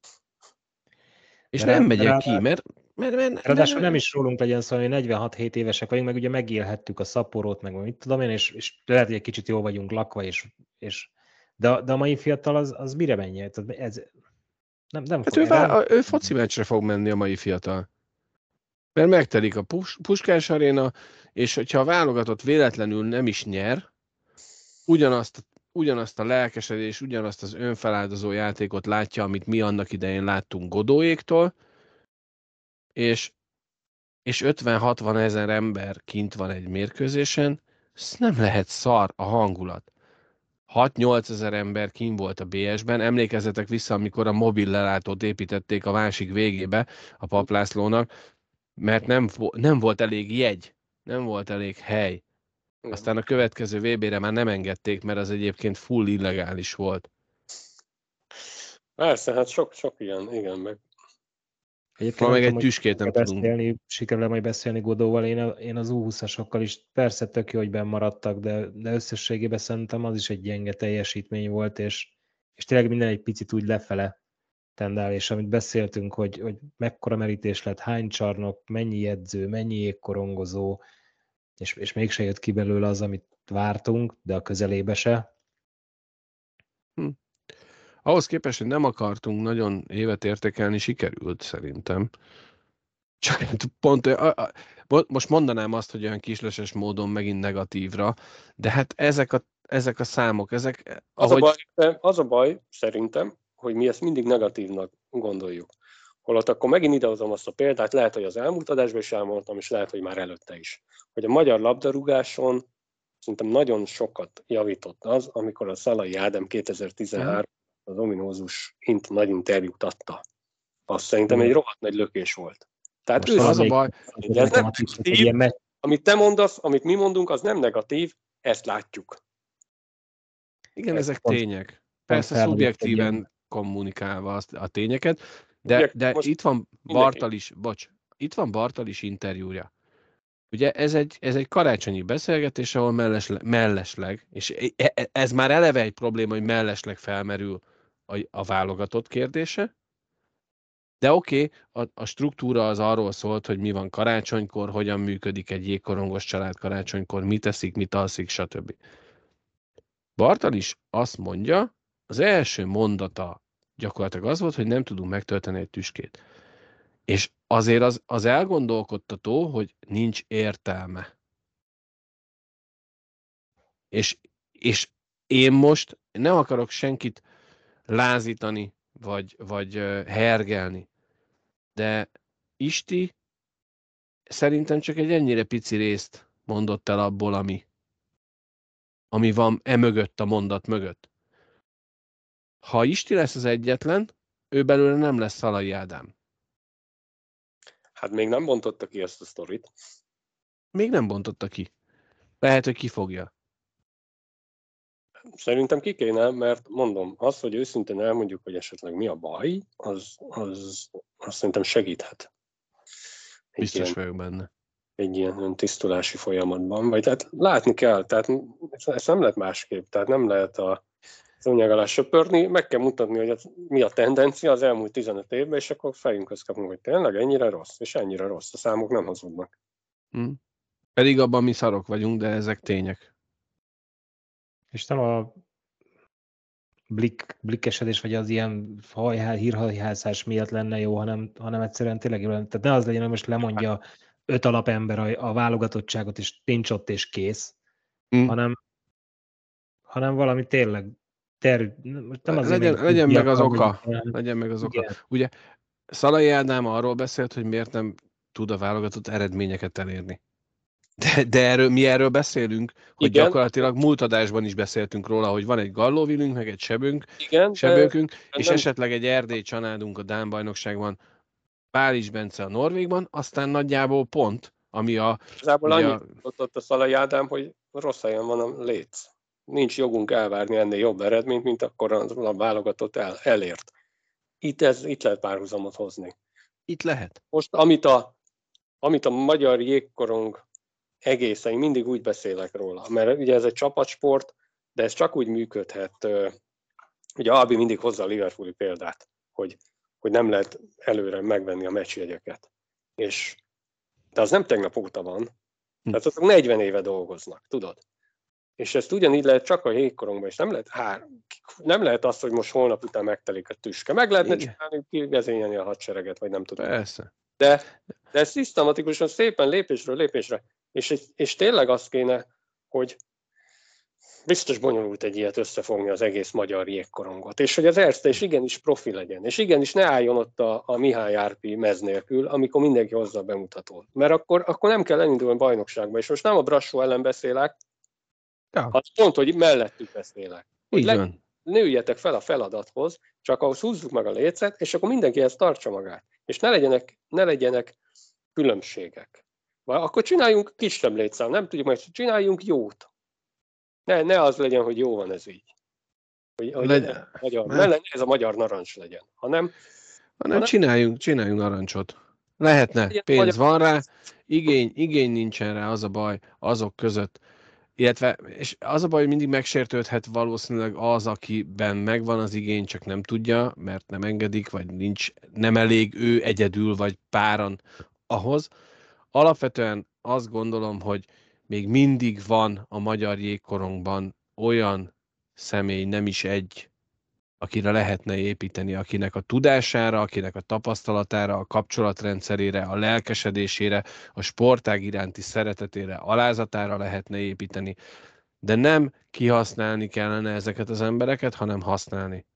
És De nem rá- megyek rá- ki, mert... mert, mert Ráadásul nem is rólunk legyen szó, hogy negyvenhat-hét évesek vagyunk, meg ugye megélhettük a szaporót, meg mit tudom én, és, és lehet, hogy egy kicsit jól vagyunk lakva, és, és de, de a mai fiatal az, az mire menjen? Tehát ez nem, nem Hát fog, ő, rá- vá- ő foci meccsre fog menni a mai fiatal. Mert megtelik a Pus- Puskás aréna, és hogyha a válogatott véletlenül nem is nyer, ugyanazt, ugyanazt a lelkesedés, ugyanazt az önfeláldozó játékot látja, amit mi annak idején láttunk Godóéktól, és, és ötven-hatvan ezer ember kint van egy mérkőzésen, ez nem lehet szar a hangulat. hat-nyolc ezer ember kint volt a bé es-ben, emlékezzetek vissza, amikor a mobil lelátót építették a másik végébe a Paplászlónak, mert nem, nem volt elég jegy, nem volt elég hely. Aztán a következő vé bé-re már nem engedték, mert az egyébként full illegális volt. Persze, hát sok, sok ilyen, igen, meg. Ma meg egy tüskét nem tudunk. Beszélni, sikerül majd beszélni Godóval, én, a, én az U húszasokkal is persze tök jó, hogy benn maradtak, de, de összességében szerintem az is egy gyenge teljesítmény volt, és, és tényleg minden egy picit úgy lefele tendál, és amit beszéltünk, hogy, hogy mekkora merítés lett, hány csarnok, mennyi edző, mennyi jégkorongozó, és, és mégse jött ki belőle az, amit vártunk, de a közelébe se. Hm. Ahhoz képest, hogy nem akartunk nagyon évet értékelni, sikerült szerintem. Csak pont, a, a, most mondanám azt, hogy olyan kisleses módon megint negatívra, de hát ezek a, ezek a számok, ezek... Az, ahogy... a baj, az a baj, szerintem, hogy mi ezt mindig negatívnak gondoljuk. Holott akkor megint idehozom azt a példát, lehet, hogy az elmúlt adásban is elmondtam, és lehet, hogy már előtte is. Hogy a magyar labdarúgáson szerintem nagyon sokat javított az, amikor a Szalai Ádám kétezer-tizenhárom az ominózus int, nagy interjút adta. Azt szerintem egy rohadt nagy lökés volt. Tehát ő az a baj, hogy ez nem negatív, amit te mondasz, amit mi mondunk, az nem negatív, ezt látjuk. Igen, ez ezek pont, tények. Persze szubjektíven kommunikálva azt, a tényeket, de, de itt van Bartalis, bocs, itt van Bartalis interjúja. Ugye ez egy, ez egy karácsonyi beszélgetés, ahol mellesleg, mellesleg, és ez már eleve egy probléma, hogy mellesleg felmerül a, a válogatott kérdése, de oké, okay, a, a struktúra az arról szólt, hogy mi van karácsonykor, hogyan működik egy jégkorongos család karácsonykor, mit teszik, mit alszik, stb. Bartalis azt mondja, az első mondata gyakorlatilag az volt, hogy nem tudunk megtölteni egy tüskét. És azért az, az elgondolkodtató, hogy nincs értelme. És, és én most nem akarok senkit lázítani, vagy, vagy hergelni, de Isti szerintem csak egy ennyire pici részt mondott el abból, ami, ami van e mögött, a mondat mögött. Ha Isti lesz az egyetlen, ő belőle nem lesz Szalai Ádám. Hát még nem bontotta ki ezt a sztorit. Még nem bontotta ki. Lehet, hogy ki fogja. Szerintem ki kéne, mert mondom, az, hogy őszintén elmondjuk, hogy esetleg mi a baj, az, az, az szerintem segíthet. Egy Biztos ilyen, vagyok benne. Egy ilyen tisztulási folyamatban. Vagy hát látni kell, tehát ezt nem lehet másképp, tehát nem lehet a szőnyeg alá söpörni, meg kell mutatni, hogy az, mi a tendencia az elmúlt tizenöt évben, és akkor fejünkhöz kapunk, hogy tényleg ennyire rossz, és ennyire rossz, a számok nem hazudnak. Hmm. Pedig abban mi szarok vagyunk, de ezek tények. És nem a blik, blikkesedés, vagy az ilyen hajhál, hírhajhászás miatt lenne jó, hanem, hanem egyszerűen tényleg, tehát ne az legyen, hogy most lemondja öt alapember a, a válogatottságot, és nincs ott, és kész, hmm. hanem, hanem valami tényleg ter, nem azért legyen, még legyen meg az oka. Hanem, legyen meg az oka. Igen. Ugye Szalai Ádám arról beszélt, hogy miért nem tud a válogatott eredményeket elérni. De, de erről, mi erről beszélünk, hogy igen. Gyakorlatilag múlt adásban is beszéltünk róla, hogy van egy gallóvilünk, meg egy sebünk, igen, sebőkünk, és nem... esetleg egy erdély csanádunk a Dán bajnokságban, Pális Bence a Norvégban, aztán nagyjából pont, ami a... Igazából annyit mondott a Szalai Ádám, hogy rossz helyen van a léc. Nincs jogunk elvárni ennél jobb eredményt, mint akkor a válogatott el, elért. Itt, ez, itt lehet párhuzamot hozni. Itt lehet. Most amit a, amit a magyar jégkorong egészen, mindig úgy beszélek róla, mert ugye ez egy csapatsport, de ez csak úgy működhet, ugye Albi mindig hozza a Liverpooli példát, hogy, hogy nem lehet előre megvenni a meccsjegyeket. És, de az nem tegnap óta van, tehát azok negyven éve dolgoznak, tudod? És ezt ugyanígy lehet csak a jégkorongban, és nem lehet, hár, nem lehet az, hogy most holnap után megtelik a tüske. Meg lehetne csinálni, kivezényelni a hadsereget, vagy nem tudom. Persze. De, de ez szisztematikusan szépen lépésről lépésre. És, és tényleg az kéne, hogy biztos bonyolult egy ilyet összefogni az egész magyar jégkorongot, és hogy az Erste is igenis profi legyen, és igenis ne álljon ott a, a Mihály Árpi mez nélkül, amikor mindenki hozza a bemutatót. Mert akkor, akkor nem kell elindulni bajnokságba, és most nem a Brassó ellen beszélek, Ja. hanem pont, hogy mellettük beszélek. Hogy Így le, van. ne üljetek fel a feladathoz, csak ahhoz húzzuk meg a lécet, és akkor mindenki ezt tartsa magát. És ne legyenek, ne legyenek különbségek. Vagy akkor csináljunk kisebb létszám, nem tudjuk, majd csináljunk jót. Ne, ne az legyen, hogy jó van ez így. Hogy, hogy Legyen. magyar, Ne. ne, ne ez a magyar narancs legyen, hanem Hanem hanem- csináljunk, csináljunk narancsot. Lehetne, Legyen pénz magyar- van rá, igény, igény nincsen rá, az a baj azok között. Illetve, és az a baj, hogy mindig megsértődhet valószínűleg az, akiben megvan az igény, csak nem tudja, mert nem engedik, vagy nincs, nem elég ő egyedül, vagy páran ahhoz. Alapvetően azt gondolom, hogy még mindig van a magyar jégkorongban olyan személy, nem is egy, akire lehetne építeni, akinek a tudására, akinek a tapasztalatára, a kapcsolatrendszerére, a lelkesedésére, a sportág iránti szeretetére, alázatára lehetne építeni. De nem kihasználni kellene ezeket az embereket, hanem használni.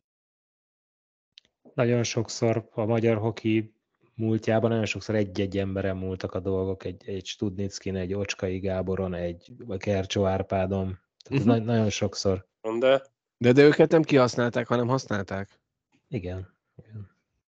Nagyon sokszor a magyar hoki múltjában nagyon sokszor egy-egy emberen múltak a dolgok, egy, egy Studnickin, egy Ocskai Gáboron, egy Kercsó Árpádon. Tehát Uh-huh. uh-huh. nagyon sokszor. de De, de őket nem kihasználták, hanem használták. Igen. Igen.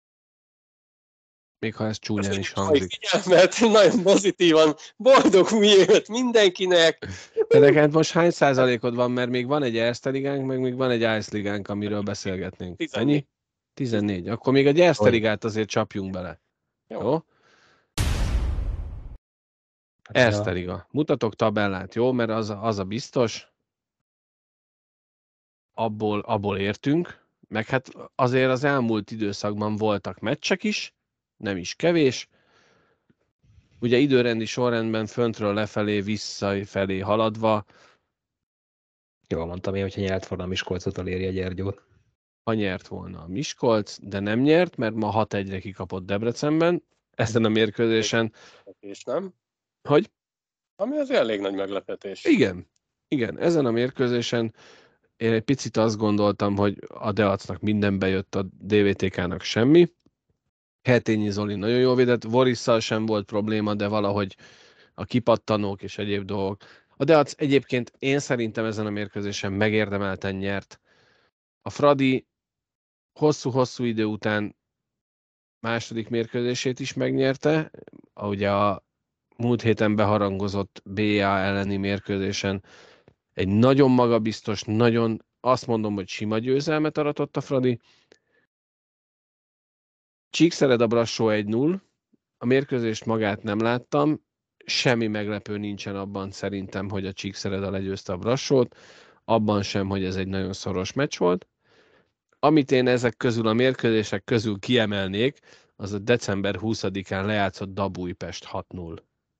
Még ha ez csúnyán is hangzik. figyelmet, nagyon pozitívan, boldog új évet mindenkinek! De neked most hány százalékod van, mert még van egy Erste ligánk, meg még van egy Ice ligánk, amiről beszélgetnénk. tizennégy. Ennyi? tizennégy. Akkor még egy Erste Hogy? ligát azért csapjunk bele. Jó. Jó? Hát Erste ja. liga. Mutatok tabellát, jó? Mert az, a- az a biztos. Abból, abból értünk. Meg hát azért az elmúlt időszakban voltak meccsek is, nem is kevés. Ugye időrendi sorrendben föntről lefelé, visszafelé haladva, Jól mondtam én, hogyha nyert volna a Miskolcot, eléri a Gyergyót. ha nyert volna a Miskolc, de nem nyert, mert ma hat egyre kikapott Debrecenben. Ezen a mérkőzésen, És nem? hogy? Ami az elég nagy meglepetés. Igen, igen, ezen a mérkőzésen én egy picit azt gondoltam, hogy a Deacnak minden bejött, a dé vé té ká-nak semmi. Hetényi Zoli nagyon jól védett, Vorisszal sem volt probléma, de valahogy a kipattanók és egyéb dolgok. A Deac egyébként én szerintem ezen a mérkőzésen megérdemelten nyert. A Fradi hosszú-hosszú idő után második mérkőzését is megnyerte, ugye a múlt héten beharangozott bé á elleni mérkőzésen egy nagyon magabiztos, nagyon, azt mondom, hogy sima győzelmet aratott a Fradi. Csíkszereda Brassó egy null, a mérkőzést magát nem láttam, semmi meglepő nincsen abban szerintem, hogy a Csíkszereda legyőzte a Brassót, abban sem, hogy ez egy nagyon szoros meccs volt. Amit én ezek közül a mérkőzések közül kiemelnék, az a december huszadikán lejátszott Dabújpest hat null.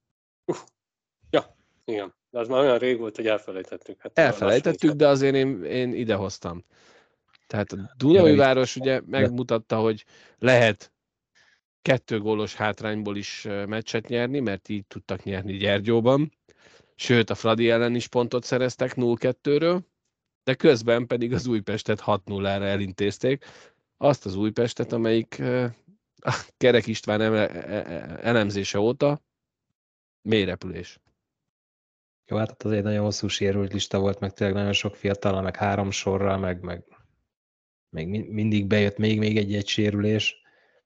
Igen, de az már olyan rég volt, hogy elfelejtettük. Hát Elfelejtettük, de azért én, én idehoztam. Tehát a Dunaújváros ugye megmutatta, hogy lehet kettő gólos hátrányból is meccset nyerni, mert így tudtak nyerni Gyergyóban. Sőt, a Fradi ellen is pontot szereztek nulla kettőről, de közben pedig az Újpestet hat nullára elintézték. Azt az Újpestet, amelyik a Kerek István elemzése óta mélyrepülés. Jó, hát az egy nagyon hosszú sérült lista volt, meg tényleg nagyon sok fiatal, meg három sorral, meg, meg még mindig bejött még, még egy-egy sérülés.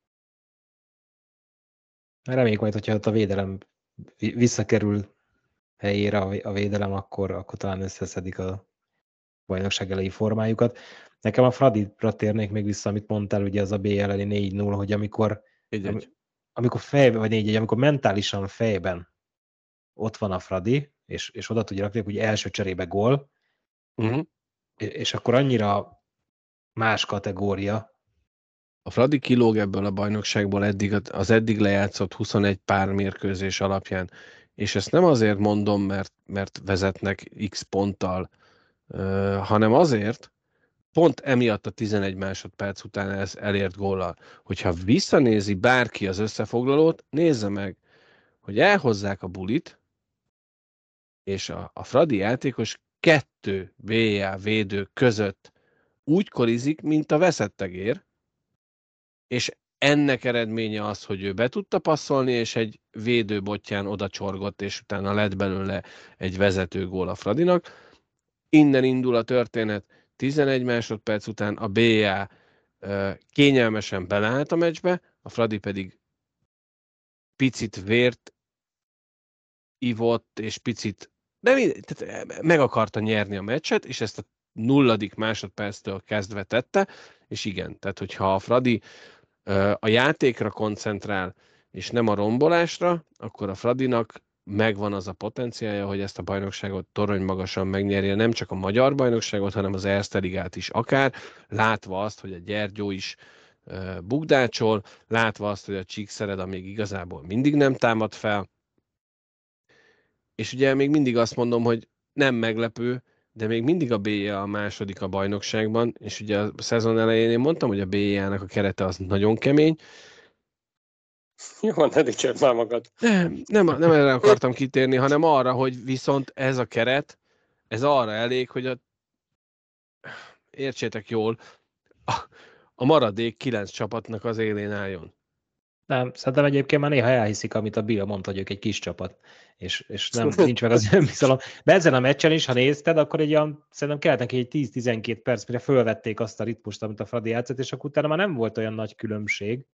Reméljük majd, hogyha ott a védelem visszakerül helyére a védelem, akkor, akkor talán összeszedik a bajnokság elejé formájukat. Nekem a Fradira térnék még vissza, amit mondtál, ugye az a B elleni négy null, hogy amikor, am, amikor fejben, vagy négy egy, amikor mentálisan fejben ott van a Fradi, és, és oda tudja rakni, hogy első cserébe gól, uh-huh. és akkor annyira más kategória. A Fradi kilóg ebből a bajnokságból eddig, az eddig lejátszott huszonegy pár mérkőzés alapján, és ezt nem azért mondom, mert, mert vezetnek X ponttal, uh, hanem azért, pont emiatt a tizenegy másodperc után ez elért góllal. Hogyha visszanézi bárki az összefoglalót, nézze meg, hogy elhozzák a bulit, és a, a Fradi játékos kettő bé á védő között úgy korizik, mint a veszettegér, és ennek eredménye az, hogy ő be tudta passzolni, és egy védőbotján oda csorgott, és utána lett belőle egy vezető gól a Fradinak. Innen indul a történet, tizenegy másodperc után a bé á kényelmesen beleállt a meccsbe, a Fradi pedig picit vért ivott, és picit de tehát meg akarta nyerni a meccset, és ezt a nulladik másodperctől kezdve tette, és igen, tehát hogyha a Fradi a játékra koncentrál, és nem a rombolásra, akkor a Fradinak megvan az a potenciálja, hogy ezt a bajnokságot torony magasan megnyerje, nem csak a magyar bajnokságot, hanem az Erste Ligát is akár, látva azt, hogy a Gyergyó is bukdácsol, látva azt, hogy a Csíkszereda még igazából mindig nem támad fel, és ugye még mindig azt mondom, hogy nem meglepő, de még mindig a bé á a második a bajnokságban, és ugye a szezon elején én mondtam, hogy a bé á-nak a kerete az nagyon kemény. Jó, ne dicsérd már magad. Nem, nem, nem erre akartam kitérni, hanem arra, hogy viszont ez a keret, ez arra elég, hogy a, értsétek jól, a, a maradék kilenc csapatnak az élén álljon. Nem, szerintem egyébként már néha elhiszik, amit a Bill mondta, hogy ők egy kis csapat, és, és nem, nincs meg az önbizalom. De ezen a meccsen is, ha nézted, akkor egy olyan, szerintem kellett neki egy tíz-tizenkét perc, mire fölvették azt a ritmust, amit a Fradi játszott, és akkor utána már nem volt olyan nagy különbség.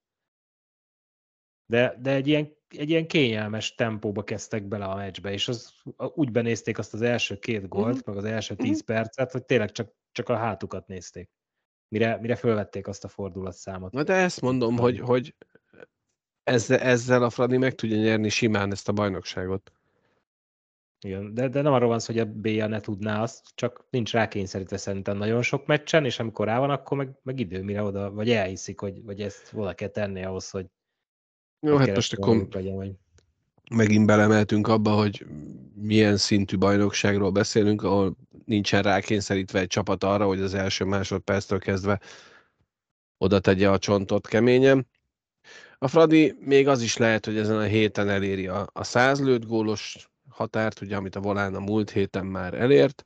De, de egy, ilyen, egy ilyen kényelmes tempóba kezdtek bele a meccsbe, és az, úgy benézték azt az első két gólt, mm-hmm. meg az első tíz percet, hogy tényleg csak, csak a hátukat nézték, mire, mire fölvették azt a fordulatszámot. Na de ezt mondom, hogy, hogy ezzel, ezzel a Fradi meg tudja nyerni simán ezt a bajnokságot. Igen, de, de nem arról van szó, hogy a bé á ne tudná azt, csak nincs rá kényszerítve szerintem nagyon sok meccsen, és amikor rá van, akkor meg, meg idő, mire oda, vagy elhiszik, hogy vagy ezt oda kell tenni ahhoz, hogy jó, hát most akkor legyen, vagy... megint belemeltünk abba, hogy milyen szintű bajnokságról beszélünk, ahol nincsen rákényszerítve egy csapat arra, hogy az első másodperctől kezdve oda tegye a csontot keményen. A Fradi még az is lehet, hogy ezen a héten eléri a, a száz lőtt gólos határt, ugye, amit a Volán a múlt héten már elért.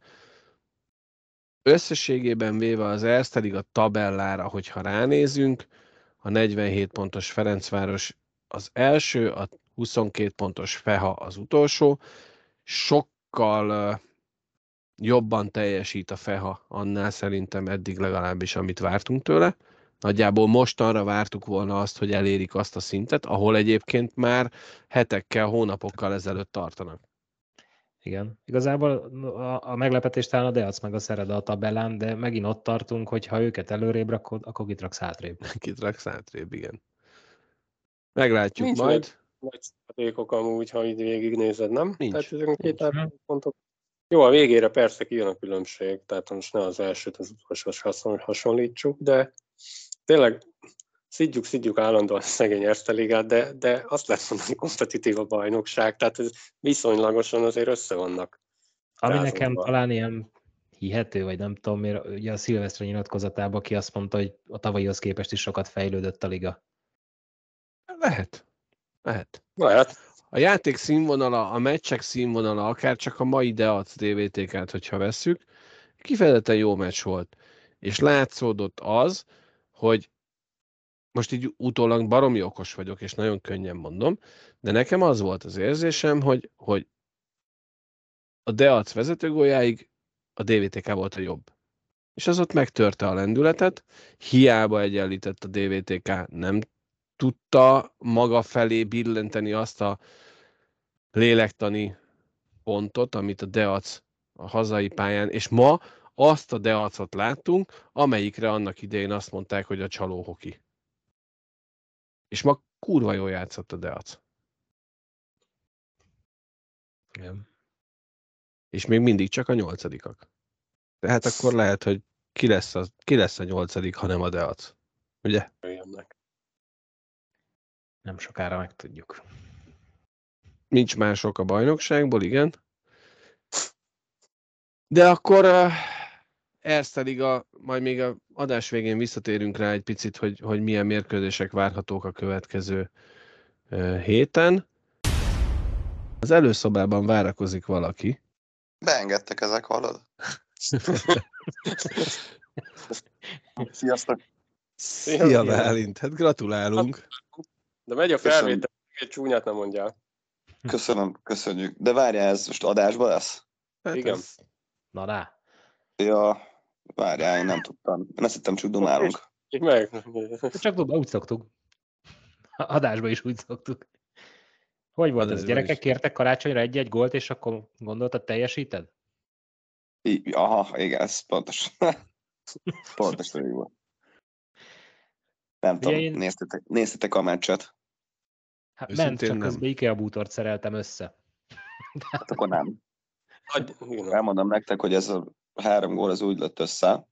Összességében véve az Erste Liga tabellára, hogyha ránézünk, a negyvenhét pontos Ferencváros az első, a huszonkét pontos Feha az utolsó. Sokkal uh, jobban teljesít a Feha annál szerintem eddig legalábbis, amit vártunk tőle. Nagyjából mostanra vártuk volna azt, hogy elérik azt a szintet, ahol egyébként már hetekkel, hónapokkal ezelőtt tartanak. Igen. Igazából a, a meglepetés talán a Deac meg a Szereda a tabellán, de megint ott tartunk, hogy ha őket előrébb rakod, akkor kit raksz hátrébb. Kit raksz hátrébb, igen. Meglátjuk Nincs majd. Nagy százalékok amúgy, ha így végignézed, nem? Nincs. Tehát ezen két pontok. Jó, a végére persze kijön a különbség, tehát most ne az elsőt az utolsóhoz hasonlítsuk, de tényleg szidjuk, szidjuk állandóan a szegény Erste Ligát, de, de azt lehet mondani, kompetitív a bajnokság, tehát ez viszonylagosan azért össze vannak. Ami rázódva. Nekem talán ilyen hihető, vagy nem tudom miért, ugye a Szilvesztre nyilatkozatában ki azt mondta, hogy a tavalyihoz képest is sokat fejlődött a liga. Lehet. Lehet. Lehet. A játék színvonala, a meccsek színvonala, akár csak a mai Deac dé vé té ká-t, hogyha vesszük, kifejezetten jó meccs volt. És látszódott az, hogy most így utólag baromi okos vagyok, és nagyon könnyen mondom, de nekem az volt az érzésem, hogy, hogy a Deac vezetőgóljáig a dé vé té ká volt a jobb. És az ott megtörte a lendületet, hiába egyenlített a dé vé té ká, nem tudta maga felé billenteni azt a lélektani pontot, amit a Deac a hazai pályán, és ma azt a Deacot láttunk, amelyikre annak idején azt mondták, hogy a csaló hoki. És ma kurva jól játszott a Deac. Igen. És még mindig csak a nyolcadikak. Tehát akkor lehet, hogy ki lesz a, ki lesz a nyolcadik, ha nem a Deac. Ugye? Nem sokára megtudjuk. Nincs mások a bajnokságból, igen. De akkor uh, Erste Liga, majd még a adás végén visszatérünk rá egy picit, hogy, hogy milyen mérkőzések várhatók a következő uh, héten. Az előszobában várakozik valaki. Beengedtek ezek, hallod? Sziasztok! Szia, Bálint! Hát gratulálunk! De megy a felvétel, egy csúnyát nem mondjál. Köszönöm, köszönjük. De várjál, ez most adásban lesz? Hát Igen. Ez... Na rá. Ja, várjál, én nem tudtam. Én azt hittem, csak dumálunk. Így meg. Csak tudom, úgy szoktuk. Adásban is úgy szoktuk. Hogy volt ez? Adásban Gyerekek is. kértek karácsonyra egy-egy gólt, és akkor gondoltad, teljesíted? I- Aha, igen, ez pontos. Pontos így volt. Nem Ugye tudom, én- néztétek, néztétek a meccset? Hát Őszintén ment, csak nem. közben IKEA bútort szereltem össze. Hát akkor nem. Hagy- igen. Elmondom nektek, hogy ez a három gól az úgy lett össze.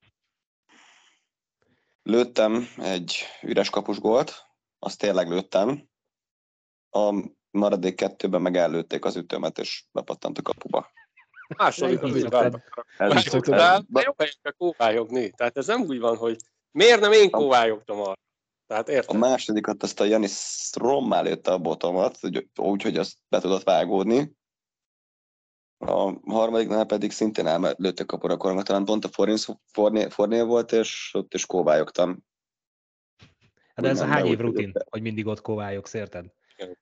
Lőttem egy üres kapus gólt, azt tényleg lőttem. A maradék kettőben meg ellőtték az ütőmet, és bepattant a kapuba. Második az Így úgy szoktad. vártak. Ez is szoktad. ez- De jó helyekre kóvályogni. Tehát ez nem úgy van, hogy miért nem én kóvályogtam arra. Tehát A érted? másodikat azt a Janis rommá lőtte a botomat, úgyhogy azt be tudott vágódni. A harmadiknál pedig szintén ellőttek kapura koromra, talán pont a Fornél, Fornél volt, és ott is kóvályogtam. Hát ez a Nem, hány de év úgy, rutin, hogy- hogy mindig ott kovályogsz, érted?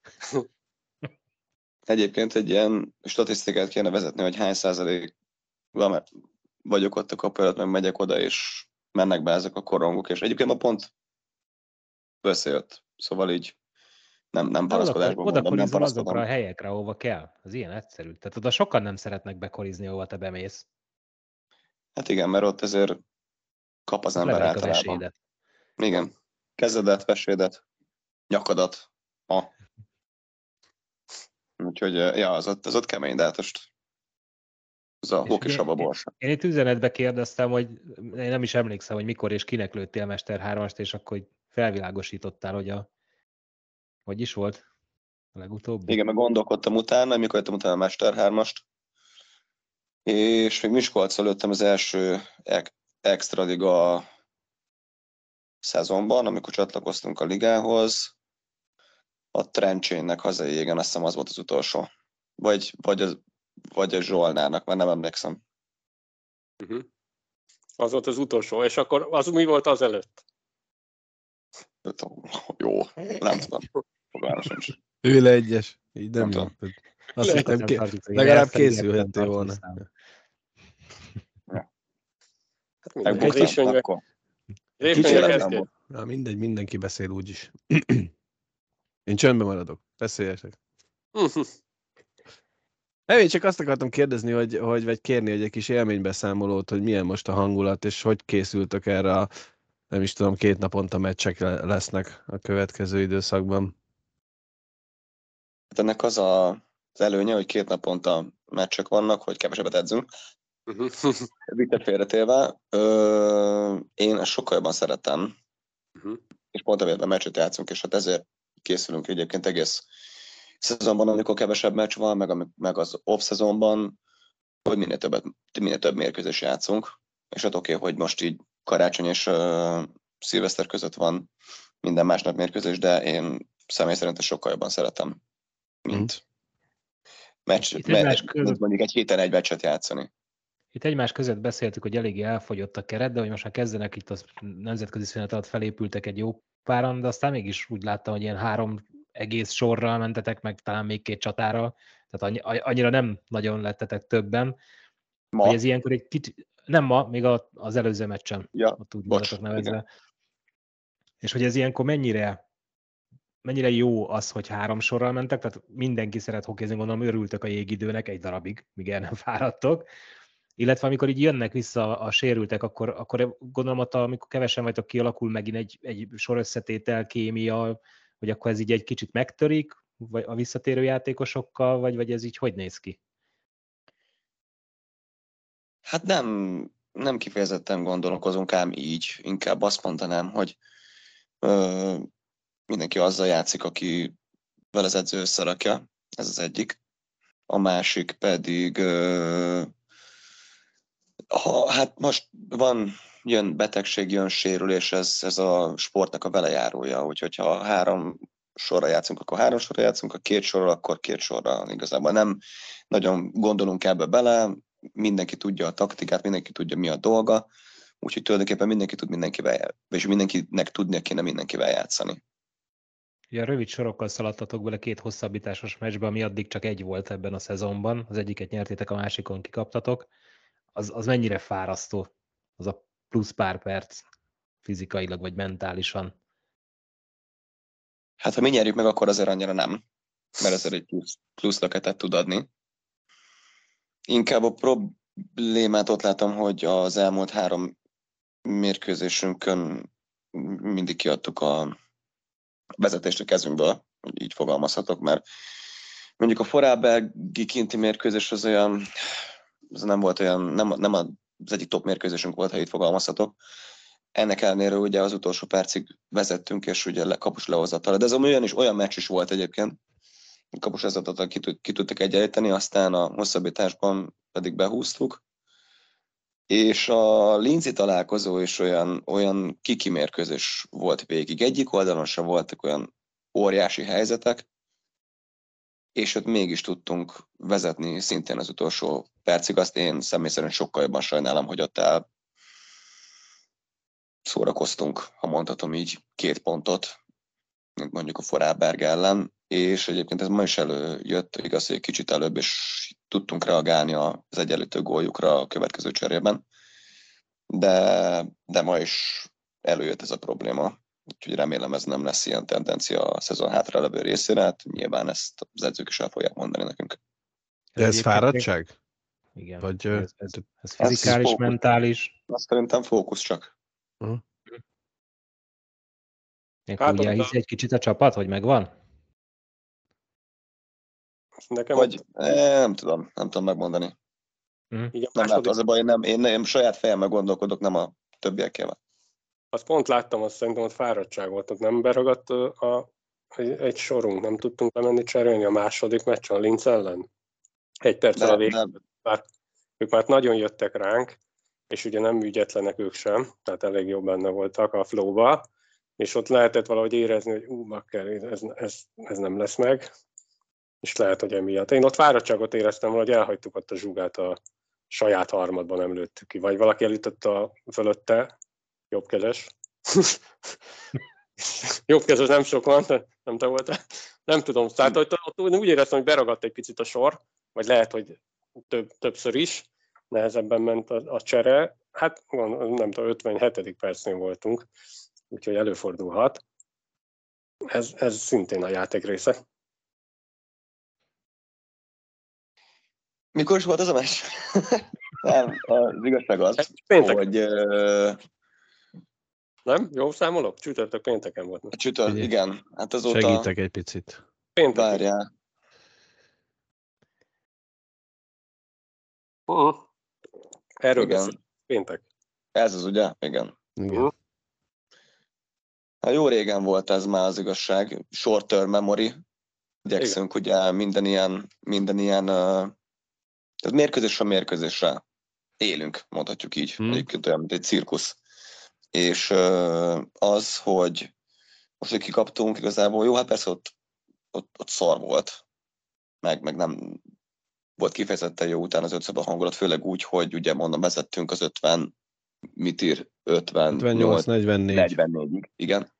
Egyébként egy ilyen statisztikát kéne vezetni, hogy hány százalék vagyok ott a kapu előtt, meg megyek oda, és mennek be ezek a korongok, és egyébként ma pont összejött. Szóval így nem, nem De oda, panaszkodásban oda mondom, nem korizol azokra a panaszkodom. helyekre, ahova kell. Az ilyen egyszerű. Tehát oda sokan nem szeretnek bekorizni, ahova te bemész. Hát igen, mert ott ezért kap az ember Leverik a általában. vesédet. Igen. Kezedet, vesédet, nyakadat. Ha. Úgyhogy, ja, az ott, az ott kemény, de hát most az a És hoki ugye- saba borsa. Én itt üzenetbe kérdeztem, hogy én nem is emlékszem, hogy mikor és kinek lőttél Mester hármast, és akkor így felvilágosítottál, hogy a... Hogy is volt a legutóbbi? Igen, meg gondolkodtam utána, mikor jöttem utána a Mester hármast, és még Miskolccal lőttem az első ek- extra liga szezonban, amikor csatlakoztunk a ligához. A Trencsénnek hazai égen, azt hiszem az volt az utolsó. Vagy, vagy, az, vagy a Zsolnárnak, mert nem emlékszem. Uh-huh. Az volt az utolsó. És akkor az mi volt az előtt? Jó, nem tudom. Fogalmam sincs. Ő le egyes. Így nem, Nem jó. tudom. Azt Lehet, hittem, Nem ké... tartjuk, hogy legalább ezt pedig készülhettél értem volna. tartani Hát mindegy. Megbuktam, Részvénybe- akkor. részvénybe Kicsit kezdtél. nem volt. Na, mindegy, mindenki beszél úgyis. Én csöndben maradok. Beszéljetek. Mhm. Nem, én csak azt akartam kérdezni, hogy, hogy vagy kérni, hogy egy kis élménybeszámolót, hogy milyen most a hangulat, és hogy készültök erre a, nem is tudom, két naponta meccsek le- lesznek a következő időszakban. Hát ennek az a, az előnye, hogy két naponta meccsek vannak, hogy kevesebbet edzünk. Mhm. Victet félretélve, ö, én ezt sokkal jobban szeretem, Mhm. és pont ebben meccset játszunk, és hát ezért készülünk egyébként egész szezonban, amikor kevesebb meccs van, meg, ami- meg az off-szezonban, hogy minél, többet, minél több mérkőzés játszunk, és hát oké, okay, hogy most így karácsony és uh, szilveszter között van minden másnap mérkőzés, de én személy szerint ezt sokkal jobban szeretem, mint meccs, Itt egymás me- között- mint mondjuk egy héten egy meccset játszani. Itt egymás között beszéltük, hogy eléggé elfogyott a keret, de hogy most már kezdenek itt a nemzetközi szünet alatt felépültek egy jó páran, de aztán mégis úgy láttam, hogy ilyen három egész sorral mentetek, meg talán még két csatára, tehát annyi, annyira nem nagyon lettetek többen, Ma, hogy ez ilyenkor egy kicsit, nem ma, még a, az előző meccsen, ja, ott úgy bocs, voltatok nevezve. És hogy ez ilyenkor mennyire, mennyire jó az, hogy három sorral mentek, tehát mindenki szeret hokézni, gondolom örültök a jégidőnek egy darabig, míg el nem fáradtok. Illetve amikor így jönnek vissza a sérültek, akkor, akkor gondolom ott, amikor kevesen vagytok, kialakul megint egy, egy sorösszetétel, kémia, hogy akkor ez így egy kicsit megtörik, vagy a visszatérő játékosokkal, vagy, vagy ez így hogy néz ki? Hát nem, nem kifejezetten gondolkozunk ám így, inkább azt mondanám, hogy ö, mindenki azzal játszik, aki vele az edző összerakja, ez az egyik. A másik pedig, ö, ha, hát most van, jön betegség, jön sérülés, ez, ez a sportnak a velejárója, úgyhogy ha három sorra játszunk, akkor három sorra játszunk, ha két sorra, akkor két sorra igazából nem nagyon gondolunk ebbe bele, mindenki tudja a taktikát, mindenki tudja, mi a dolga, úgyhogy tulajdonképpen mindenki tud mindenkivel, és mindenkinek tudnia kéne mindenkivel játszani. Ugye a rövid sorokkal szaladtatok bele két hosszabbításos meccsbe, ami addig csak egy volt ebben a szezonban. Az egyiket nyertétek, a másikon kikaptatok. Az, az mennyire fárasztó, az a plusz pár perc fizikailag vagy mentálisan? Hát ha mi nyerjük meg, akkor azért annyira nem, mert ezért egy plusz, plusz löketet tud adni. Inkább a problémát ott látom, hogy az elmúlt három mérkőzésünkön mindig kiadtuk a vezetést a kezünkből, hogy így fogalmazhatok, mert mondjuk a Vorarlbergi kinti mérkőzés az olyan, az nem volt olyan, nem, nem az egyik top mérkőzésünk volt, ha így fogalmazhatok. Ennek ellenére ugye az utolsó percig vezettünk, és ugye kapus lehozattal. De ez olyan is, olyan meccs is volt egyébként. Kapus lehozattal ki, ki tudtak egyenlíteni, aztán a hosszabbításban pedig behúztuk. És a Linzi találkozó is olyan, olyan kiki mérkőzés volt végig. Egyik oldalon sem voltak olyan óriási helyzetek, és ott mégis tudtunk vezetni szintén az utolsó percig. Azt én személy szerint sokkal jobban sajnálom, hogy ott el szórakoztunk, ha mondhatom így, két pontot, mint mondjuk a Vorarlberg ellen, és egyébként ez ma is előjött, igaz, hogy egy kicsit előbb, és tudtunk reagálni az egyenlítő góljukra a következő cserében, de, de ma is előjött ez a probléma, úgyhogy remélem ez nem lesz ilyen tendencia a szezon hátralevő részére, hát nyilván ezt az edzők is el fogják mondani nekünk. De ez fáradtság? Igen. Vagy, ez, ez, ez fizikális, ez mentális? Azt szerintem fókusz csak. Uh-huh. Hát ugye hisz egy kicsit a csapat, hogy megvan? Nekem Vagy eh, nem tudom, nem tudom megmondani. Uh-huh. Igen, nem, hát az a baj, nem, én, én saját fejemmel gondolkodok, nem a többiekkel. Azt pont láttam, azt szerintem ott fáradtság volt, ott nem beragadt a, egy, egy sorunk, nem tudtunk lemenni cserélni a második meccsen a Linz ellen. Egy perccel a végén, már, ők már nagyon jöttek ránk, és ugye nem ügyetlenek ők sem, tehát elég jobb benne voltak a flowba, és ott lehetett valahogy érezni, hogy ú, bakker, ez, ez, ez nem lesz meg, és lehet, hogy emiatt. Én ott fáradtságot éreztem, hogy elhagytuk ott a zsugát a saját harmadban, nem lőttük ki, vagy valaki elütötte fölötte, jobbkezes. Jobbkezes nem sok van, nem te voltál. Nem tudom, tehát ott, ott úgy éreztem, hogy beragadt egy picit a sor, vagy lehet, hogy több, többször is, nehezebben ment a, a csere. Hát nem tudom, ötvenhetedik percnél voltunk, úgyhogy előfordulhat. Ez, ez szintén a játék része. Mikor is volt az a meccs? Nem, az igazság az, hogy... Uh... Nem? Jó számolok? Csütörtök pénteken volt. A csütört, igen. Hát azóta... Segítek egy picit. Pénteken. Várjál. Uh-huh. Erről beszél. Péntek. Ez az, ugye? Igen. Igen. Uh-huh. Hát jó régen volt ez már az igazság. Short term memory. Igyekszünk ugye minden ilyen, minden ilyen uh, tehát mérkőzésre mérkőzésre élünk, mondhatjuk így. Hmm. Egyébként olyan, mint egy cirkusz. És uh, az, hogy most, hogy kikaptunk, igazából jó, hát persze ott, ott, ott szar volt. Meg, meg nem volt kifejezetten jó utána az ötször a hangulat, főleg úgy, hogy ugye mondom, vezettünk az ötven, mit ír? ötvennyolc negyvennégy negyvennégyig, igen.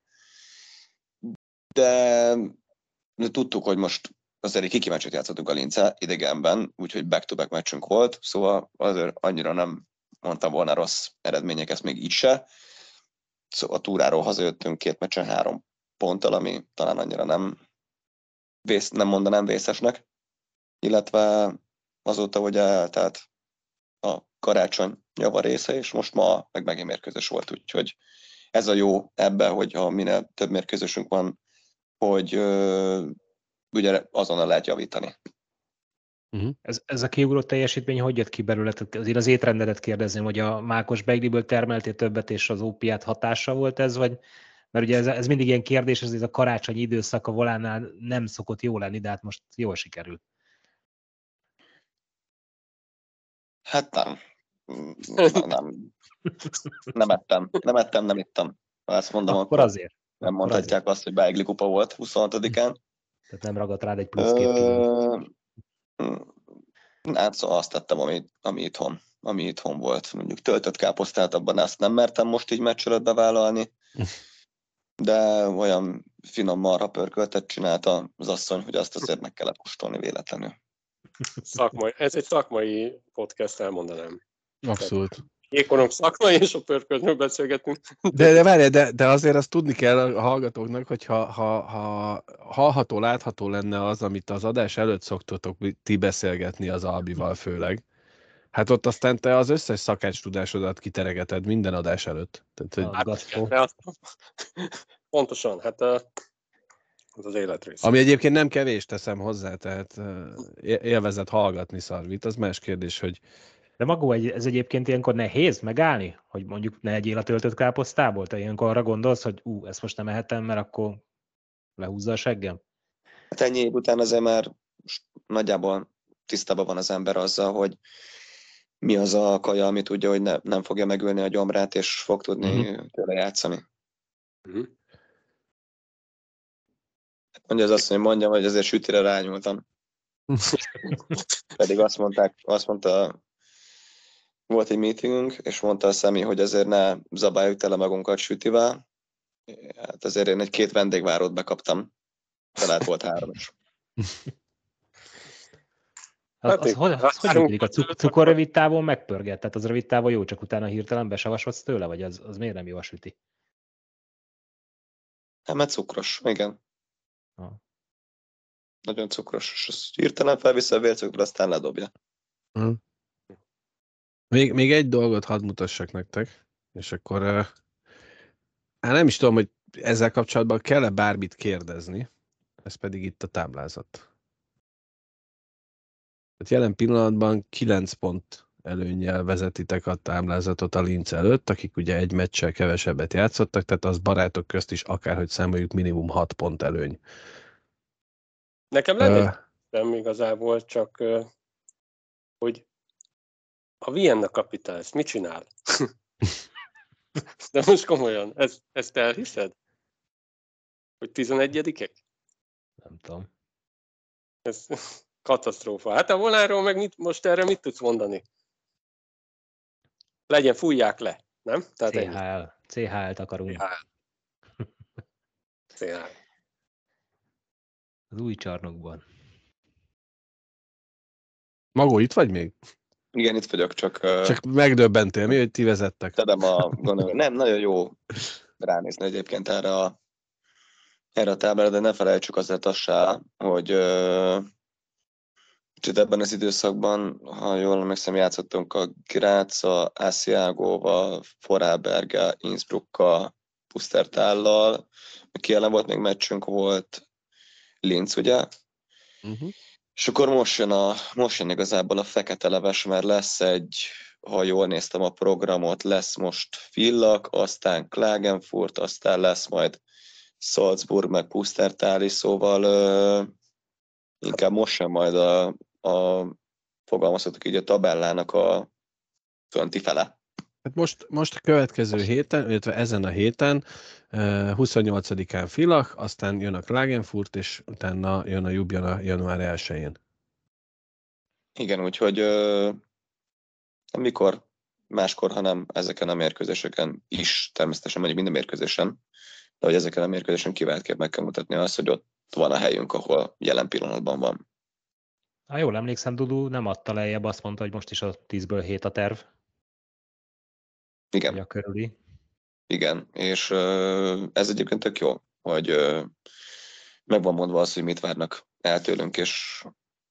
De, de tudtuk, hogy most azért egy kiki meccset játszottunk a Linzzel idegenben, úgyhogy back-to-back meccsünk volt, szóval azért annyira nem mondtam volna rossz eredmények, ezt még így se. Szóval a túráról hazajöttünk két meccsen három ponttal, ami talán annyira nem, vész, nem mondanám vészesnek, illetve azóta ugye tehát a karácsony java része, és most ma meg megint mérkőzés volt, úgyhogy ez a jó ebben, hogy ha minél több mérkőzésünk van, hogy ö, ugye azonnal lehet javítani. Uh-huh. Ez, ez a kiugró teljesítmény hogy jött ki belőle? Azért az étrendedet kérdezném, hogy a mákos beigliből termeltél többet, és az ópiát hatása volt ez, vagy mert ugye ez, ez mindig ilyen kérdés, ez a karácsonyi időszak a Volánál nem szokott jó lenni, de hát most jól sikerül. Hát nem. Nem, nem. Nem ettem. Nem ettem, nem ittam. Ha ezt mondom, akkor, akkor azért. nem akkor mondhatják azért. azt, hogy beigli kupa volt huszonhatodikán. Tehát nem ragadt rád egy plusz két kiló. Hát szóval azt tettem, ami, ami itthon, ami itthon volt. Mondjuk töltött káposztát, abban azt nem mertem most így meccs előtt bevállalni, de olyan finom marha pörköltet csinálta az asszony, hogy azt azért meg kellett kóstolni véletlenül. Szakmai, ez egy szakmai podcast, elmondanám. Abszolút. Jégkorong szakmai, és a pörköltről beszélgetünk. De, de várj, de, de azért azt tudni kell a hallgatóknak, hogy ha, ha, ha hallható, látható lenne az, amit az adás előtt szoktatok ti beszélgetni az Albival főleg, hát ott aztán te az összes szakács tudásodat kiteregeted minden adás előtt. Tehát, hogy... Hát, hát, pontosan, hát az az életrész. Ami egyébként nem kevés, teszem hozzá, tehát élvezett hallgatni Szarvit, az más kérdés, hogy de maga ez egyébként ilyenkor nehéz megállni, hogy mondjuk ne egyél a töltött káposztából? Te ilyenkor arra gondolsz, hogy ú, ezt most nem ehetem, mert akkor lehúzza a seggem? Hát ennyi év után azért már nagyjából tisztában van az ember azzal, hogy mi az a kaja, ami tudja, hogy ne, nem fogja megölni a gyomrát, és fog tudni uh-huh. tőle játszani. Uh-huh. Mondja az azt, hogy mondjam, hogy azért sütire rányúltam. Pedig azt mondták, azt mondta, volt egy meetingünk, és mondta a Szemi, hogy azért ne zabáljuk tele magunkat sütivel. Hát azért én egy két vendégvárót bekaptam. Talált volt három is. Az, az, az, az, az hogy működik? A cuk- cukor rövid távon megpörget? Tehát az rövid távon jó, csak utána hirtelen besavasodsz tőle? Vagy az, az miért nem jó a süti? Nem, mert cukros, igen. Ha. Nagyon cukros, és azt hirtelen felviszi a vércukor, aztán ledobja. Hmm. Még, még egy dolgot hadd mutassak nektek, és akkor uh, hát nem is tudom, hogy ezzel kapcsolatban kell-e bármit kérdezni, ez pedig itt a táblázat. Tehát jelen pillanatban kilenc pont előnnyel vezetitek a táblázatot a Linz előtt, akik ugye egy meccsel kevesebbet játszottak, tehát az barátok közt is akárhogy számoljuk minimum hat pont előny. Nekem lenne uh, nem igazából, csak uh, hogy a Vienna Capitals mit csinál? De most komolyan, ez, ezt elhiszed? Hogy tizenegyedikek? Nem tudom. Ez katasztrófa. Hát a voláról meg mit, most erre mit tudsz mondani? Legyen, fújják le, nem? Tehát cé há el. cé há el-t akarunk. cé há el. cé há el. Az új csarnokban. Magó, itt vagy még? Igen, itt vagyok, csak... Csak uh, megdöbbentél, mi, hogy ti vezettek. Tedem a gondolom. Nem, nagyon jó ránézni egyébként erre a, erre a táblára, de ne felejtsük azért azt se, hogy uh, kicsit ebben az időszakban, ha jól emlékszem, játszottunk a Gráca, Asiagóval, Vorarlberggel, Innsbruckkal, Pusztertállal. Ki ellen volt még meccsünk, volt Linz, ugye? Uh-huh. És akkor most jön, a, most jön igazából a fekete leves, mert lesz egy, ha jól néztem a programot, lesz most Villach, aztán Klagenfurt, aztán lesz majd Salzburg, meg Pusztertál is, szóval uh, inkább most jön majd a, a fogalmazhatok így a tabellának a fönti fele. Hát most, most a következő héten, illetve ezen a héten huszonnyolcadikán Villach, aztán jön a Klagenfurt, és utána jön a Ljubljana január elsején. Igen, úgyhogy uh, amikor máskor, hanem ezeken a mérkőzéseken is, természetesen mondjuk minden mérkőzésen, de hogy ezeken a mérkőzésen kiváltképp meg kell mutatni azt, hogy ott van a helyünk, ahol jelen pillanatban van. Ha jól emlékszem, Dudu nem adta lejjebb, azt mondta, hogy most is a tízből hét a terv. Igen. A körüli. Igen, és uh, ez egyébként tök jó, hogy uh, meg van mondva az, hogy mit várnak el tőlünk, és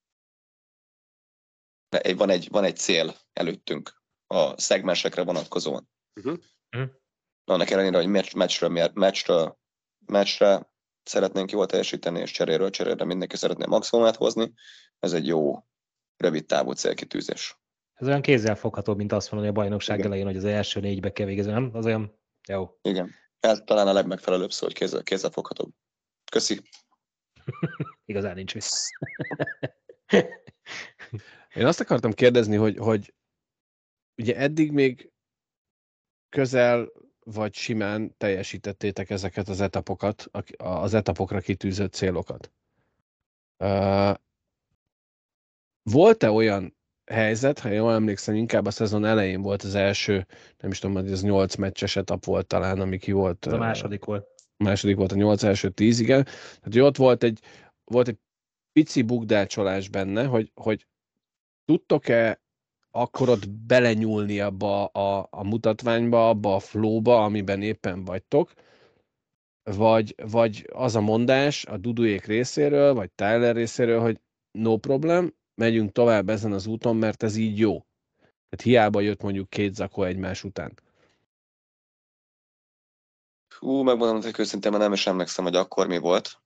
van egy, van egy cél előttünk a szegmensekre vonatkozóan. Uh-huh. Uh-huh. Annak ellenére, hogy meccs, meccsről, meccsről meccsre szeretnénk jól teljesíteni, és cseréről cserére mindenki szeretné a maximumát hozni, ez egy jó, rövid távú célkitűzés. Ez olyan kézzelfogható, mint azt mondani a bajnokság elején, hogy az első négybe kell végezni, nem? Az olyan jó. Igen. Ez talán a legmegfelelőbb szó, hogy kézzel, kézzelfogható. Köszi. Igazán nincs vissza. Én azt akartam kérdezni, hogy, hogy ugye eddig még közel vagy simán teljesítettétek ezeket az etapokat, az etapokra kitűzött célokat. Uh, volt-e olyan helyzet, ha jól emlékszem, inkább a szezon elején volt az első, nem is tudom, hogy ez nyolc meccses etap volt talán, ami ki volt. Ez a második volt. A második volt a nyolc, első tíz, igen. Tehát ott volt egy, volt egy pici bukdácsolás benne, hogy, hogy tudtok-e akkor ott belenyúlni abba a, a mutatványba, abba a flowba, amiben éppen vagytok, vagy, vagy az a mondás a Dudujék részéről, vagy Tyler részéről, hogy no problem, megyünk tovább ezen az úton, mert ez így jó. Tehát hiába jött mondjuk két zakó egymás után. Hú, megmondom, hogy őszintén, mert nem is emlékszem, hogy akkor mi volt.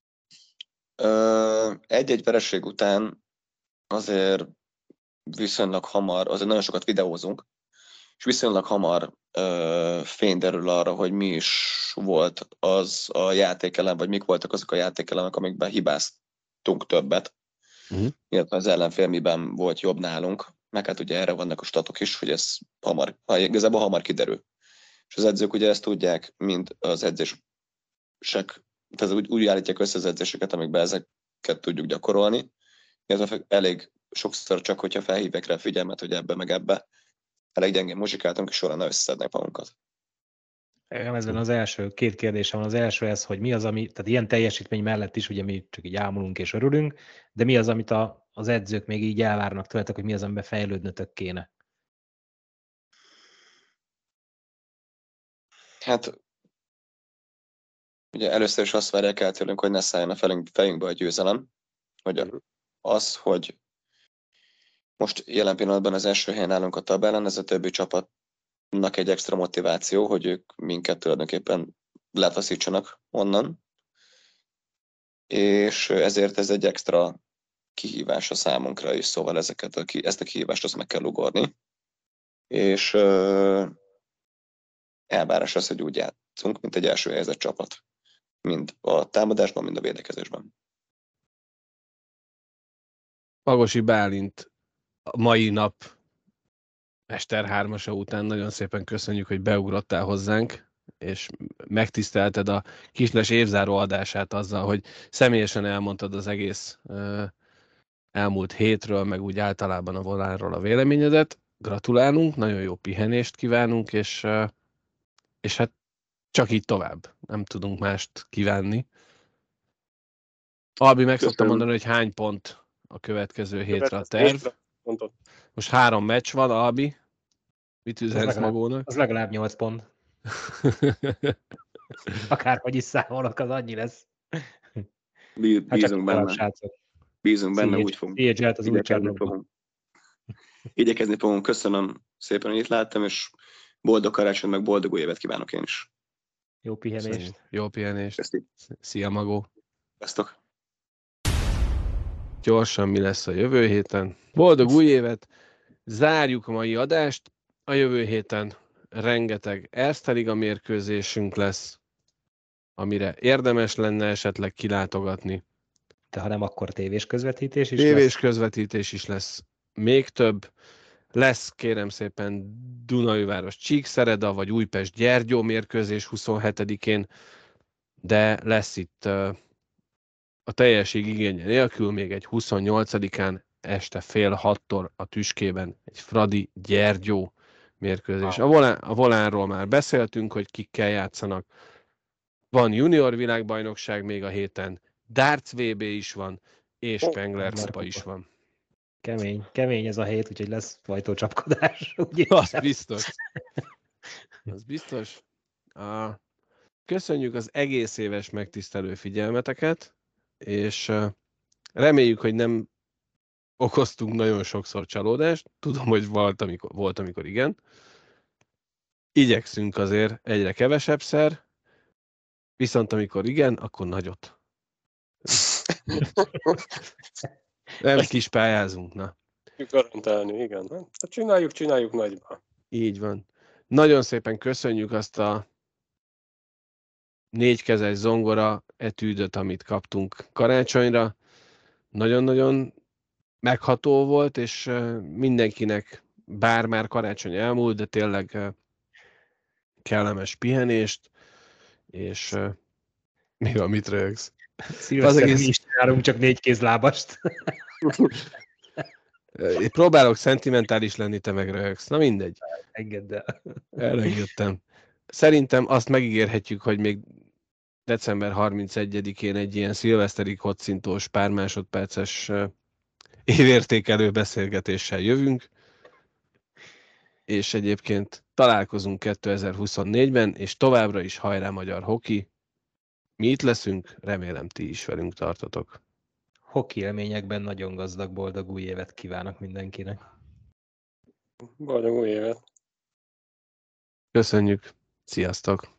Ö, egy-egy vereség után azért viszonylag hamar, azért nagyon sokat videózunk, és viszonylag hamar ö, fény derül arra, hogy mi is volt az a játékelem, vagy mik voltak azok a játékelemek, amikben hibáztunk többet. Uh-huh. Illetve az ellenfél miben volt jobb nálunk, meg hát ugye erre vannak a statok is, hogy ez hamar, igazából hamar kiderül. És az edzők ugye ezt tudják, mint az edzések, tehát úgy, úgy állítják össze az edzéseket, amikben ezeket tudjuk gyakorolni. Illetve elég sokszor csak, hogyha felhívják rá figyelmet, hogy ebbe meg ebbe, elég gyengén muzsikáltunk, és során összeszednek magunkat. Ezben az első két kérdésem van. Az első ez, hogy mi az, ami, tehát ilyen teljesítmény mellett is, ugye mi csak így ámulunk és örülünk, de mi az, amit a, az edzők még így elvárnak tőletek, hogy mi az, amiben fejlődnötök kéne? Hát ugye először is azt várják el tőlünk, hogy ne szálljon a fejünk, fejünkbe a győzelem, hogy az, hogy most jelen pillanatban az első helyen állunk a tabellán, ez a többi csapatnak egy extra motiváció, hogy ők minket tulajdonképpen letaszítsanak onnan, és ezért ez egy extra kihívás a számunkra is, szóval ezeket a, ezt a kihívást azt meg kell ugorni, és uh, elvárás az, hogy úgy játszunk, mint egy első helyezett csapat, mind a támadásban, mind a védekezésben. Magosi Bálint a mai nap Mester hármasa után nagyon szépen köszönjük, hogy beugrottál hozzánk, és megtisztelted a Kisles évzáró adását azzal, hogy személyesen elmondtad az egész uh, elmúlt hétről, meg úgy általában a volánról a véleményedet. Gratulálunk, nagyon jó pihenést kívánunk, és, uh, és hát csak így tovább. Nem tudunk mást kívánni. Albi, meg szoktam mondani, hogy hány pont a következő hétre a terv. Most három meccs van, Albi. Mit üzensz magónak? Az legalább nyolc pont. Akárhogy is számolok, az annyi lesz. Bízunk hát benne. Bízunk benne, úgy fogunk. Az igyekezni, fogunk. igyekezni fogunk. Köszönöm szépen, hogy itt láttam, és boldog karácsony, meg boldog új évet kívánok én is. Jó pihenést. Köszönjük. Jó pihenést. Köszönjük. Szia, Magó. Sziasztok. Gyorsan mi lesz a jövő héten. Boldog új évet. Zárjuk a mai adást. A jövő héten rengeteg Erste-liga mérkőzésünk lesz, amire érdemes lenne esetleg kilátogatni. De ha nem, akkor tévés közvetítés is tévés lesz? közvetítés is lesz. Még több. Lesz, kérem szépen, Dunaújváros Csíkszereda, vagy Újpest Gyergyó mérkőzés huszonhetedikén, de lesz itt uh, a teljesség igénye nélkül még egy huszonnyolcadikán este fél hattól a Tüskében egy Fradi Gyergyó mérkőzés. A, volán, a volánról már beszéltünk, hogy kikkel játszanak. Van junior világbajnokság még a héten, darts vé bé is van, és oh, Spengler kupa is van. Kemény, kemény ez a hét, úgyhogy lesz fajtócsapkodás. Az biztos. Az biztos. Uh, köszönjük az egész éves megtisztelő figyelmeteket, és uh, reméljük, hogy nem okoztunk nagyon sokszor csalódást. Tudom, hogy volt amikor, volt, amikor igen. Igyekszünk azért egyre kevesebbszer, viszont amikor igen, akkor nagyot. Nem kis pályázunk, na. Garantálni, igen. Hát csináljuk, csináljuk nagyban. Így van. Nagyon szépen köszönjük azt a négykezes zongora etűdöt, amit kaptunk karácsonyra. Nagyon-nagyon megható volt, és mindenkinek, bár már karácsony elmúlt, de tényleg kellemes pihenést, és mi van, mit rögsz? Szilveszter egész... mi is csinálunk, csak négy kézlábast. Én próbálok szentimentális lenni, te meg röhögsz. Na mindegy. Engedd el. Elengedtem. Szerintem azt megígérhetjük, hogy még december harmincegyedikén egy ilyen szilveszteri kocintós pár másodperces évértékelő beszélgetéssel jövünk, és egyébként találkozunk kétezer-huszonnégyben, és továbbra is hajrá magyar hoki. Mi itt leszünk, remélem ti is velünk tartotok. Hoki élményekben nagyon gazdag, boldog új évet kívánok mindenkinek. Boldog új évet! Köszönjük, sziasztok!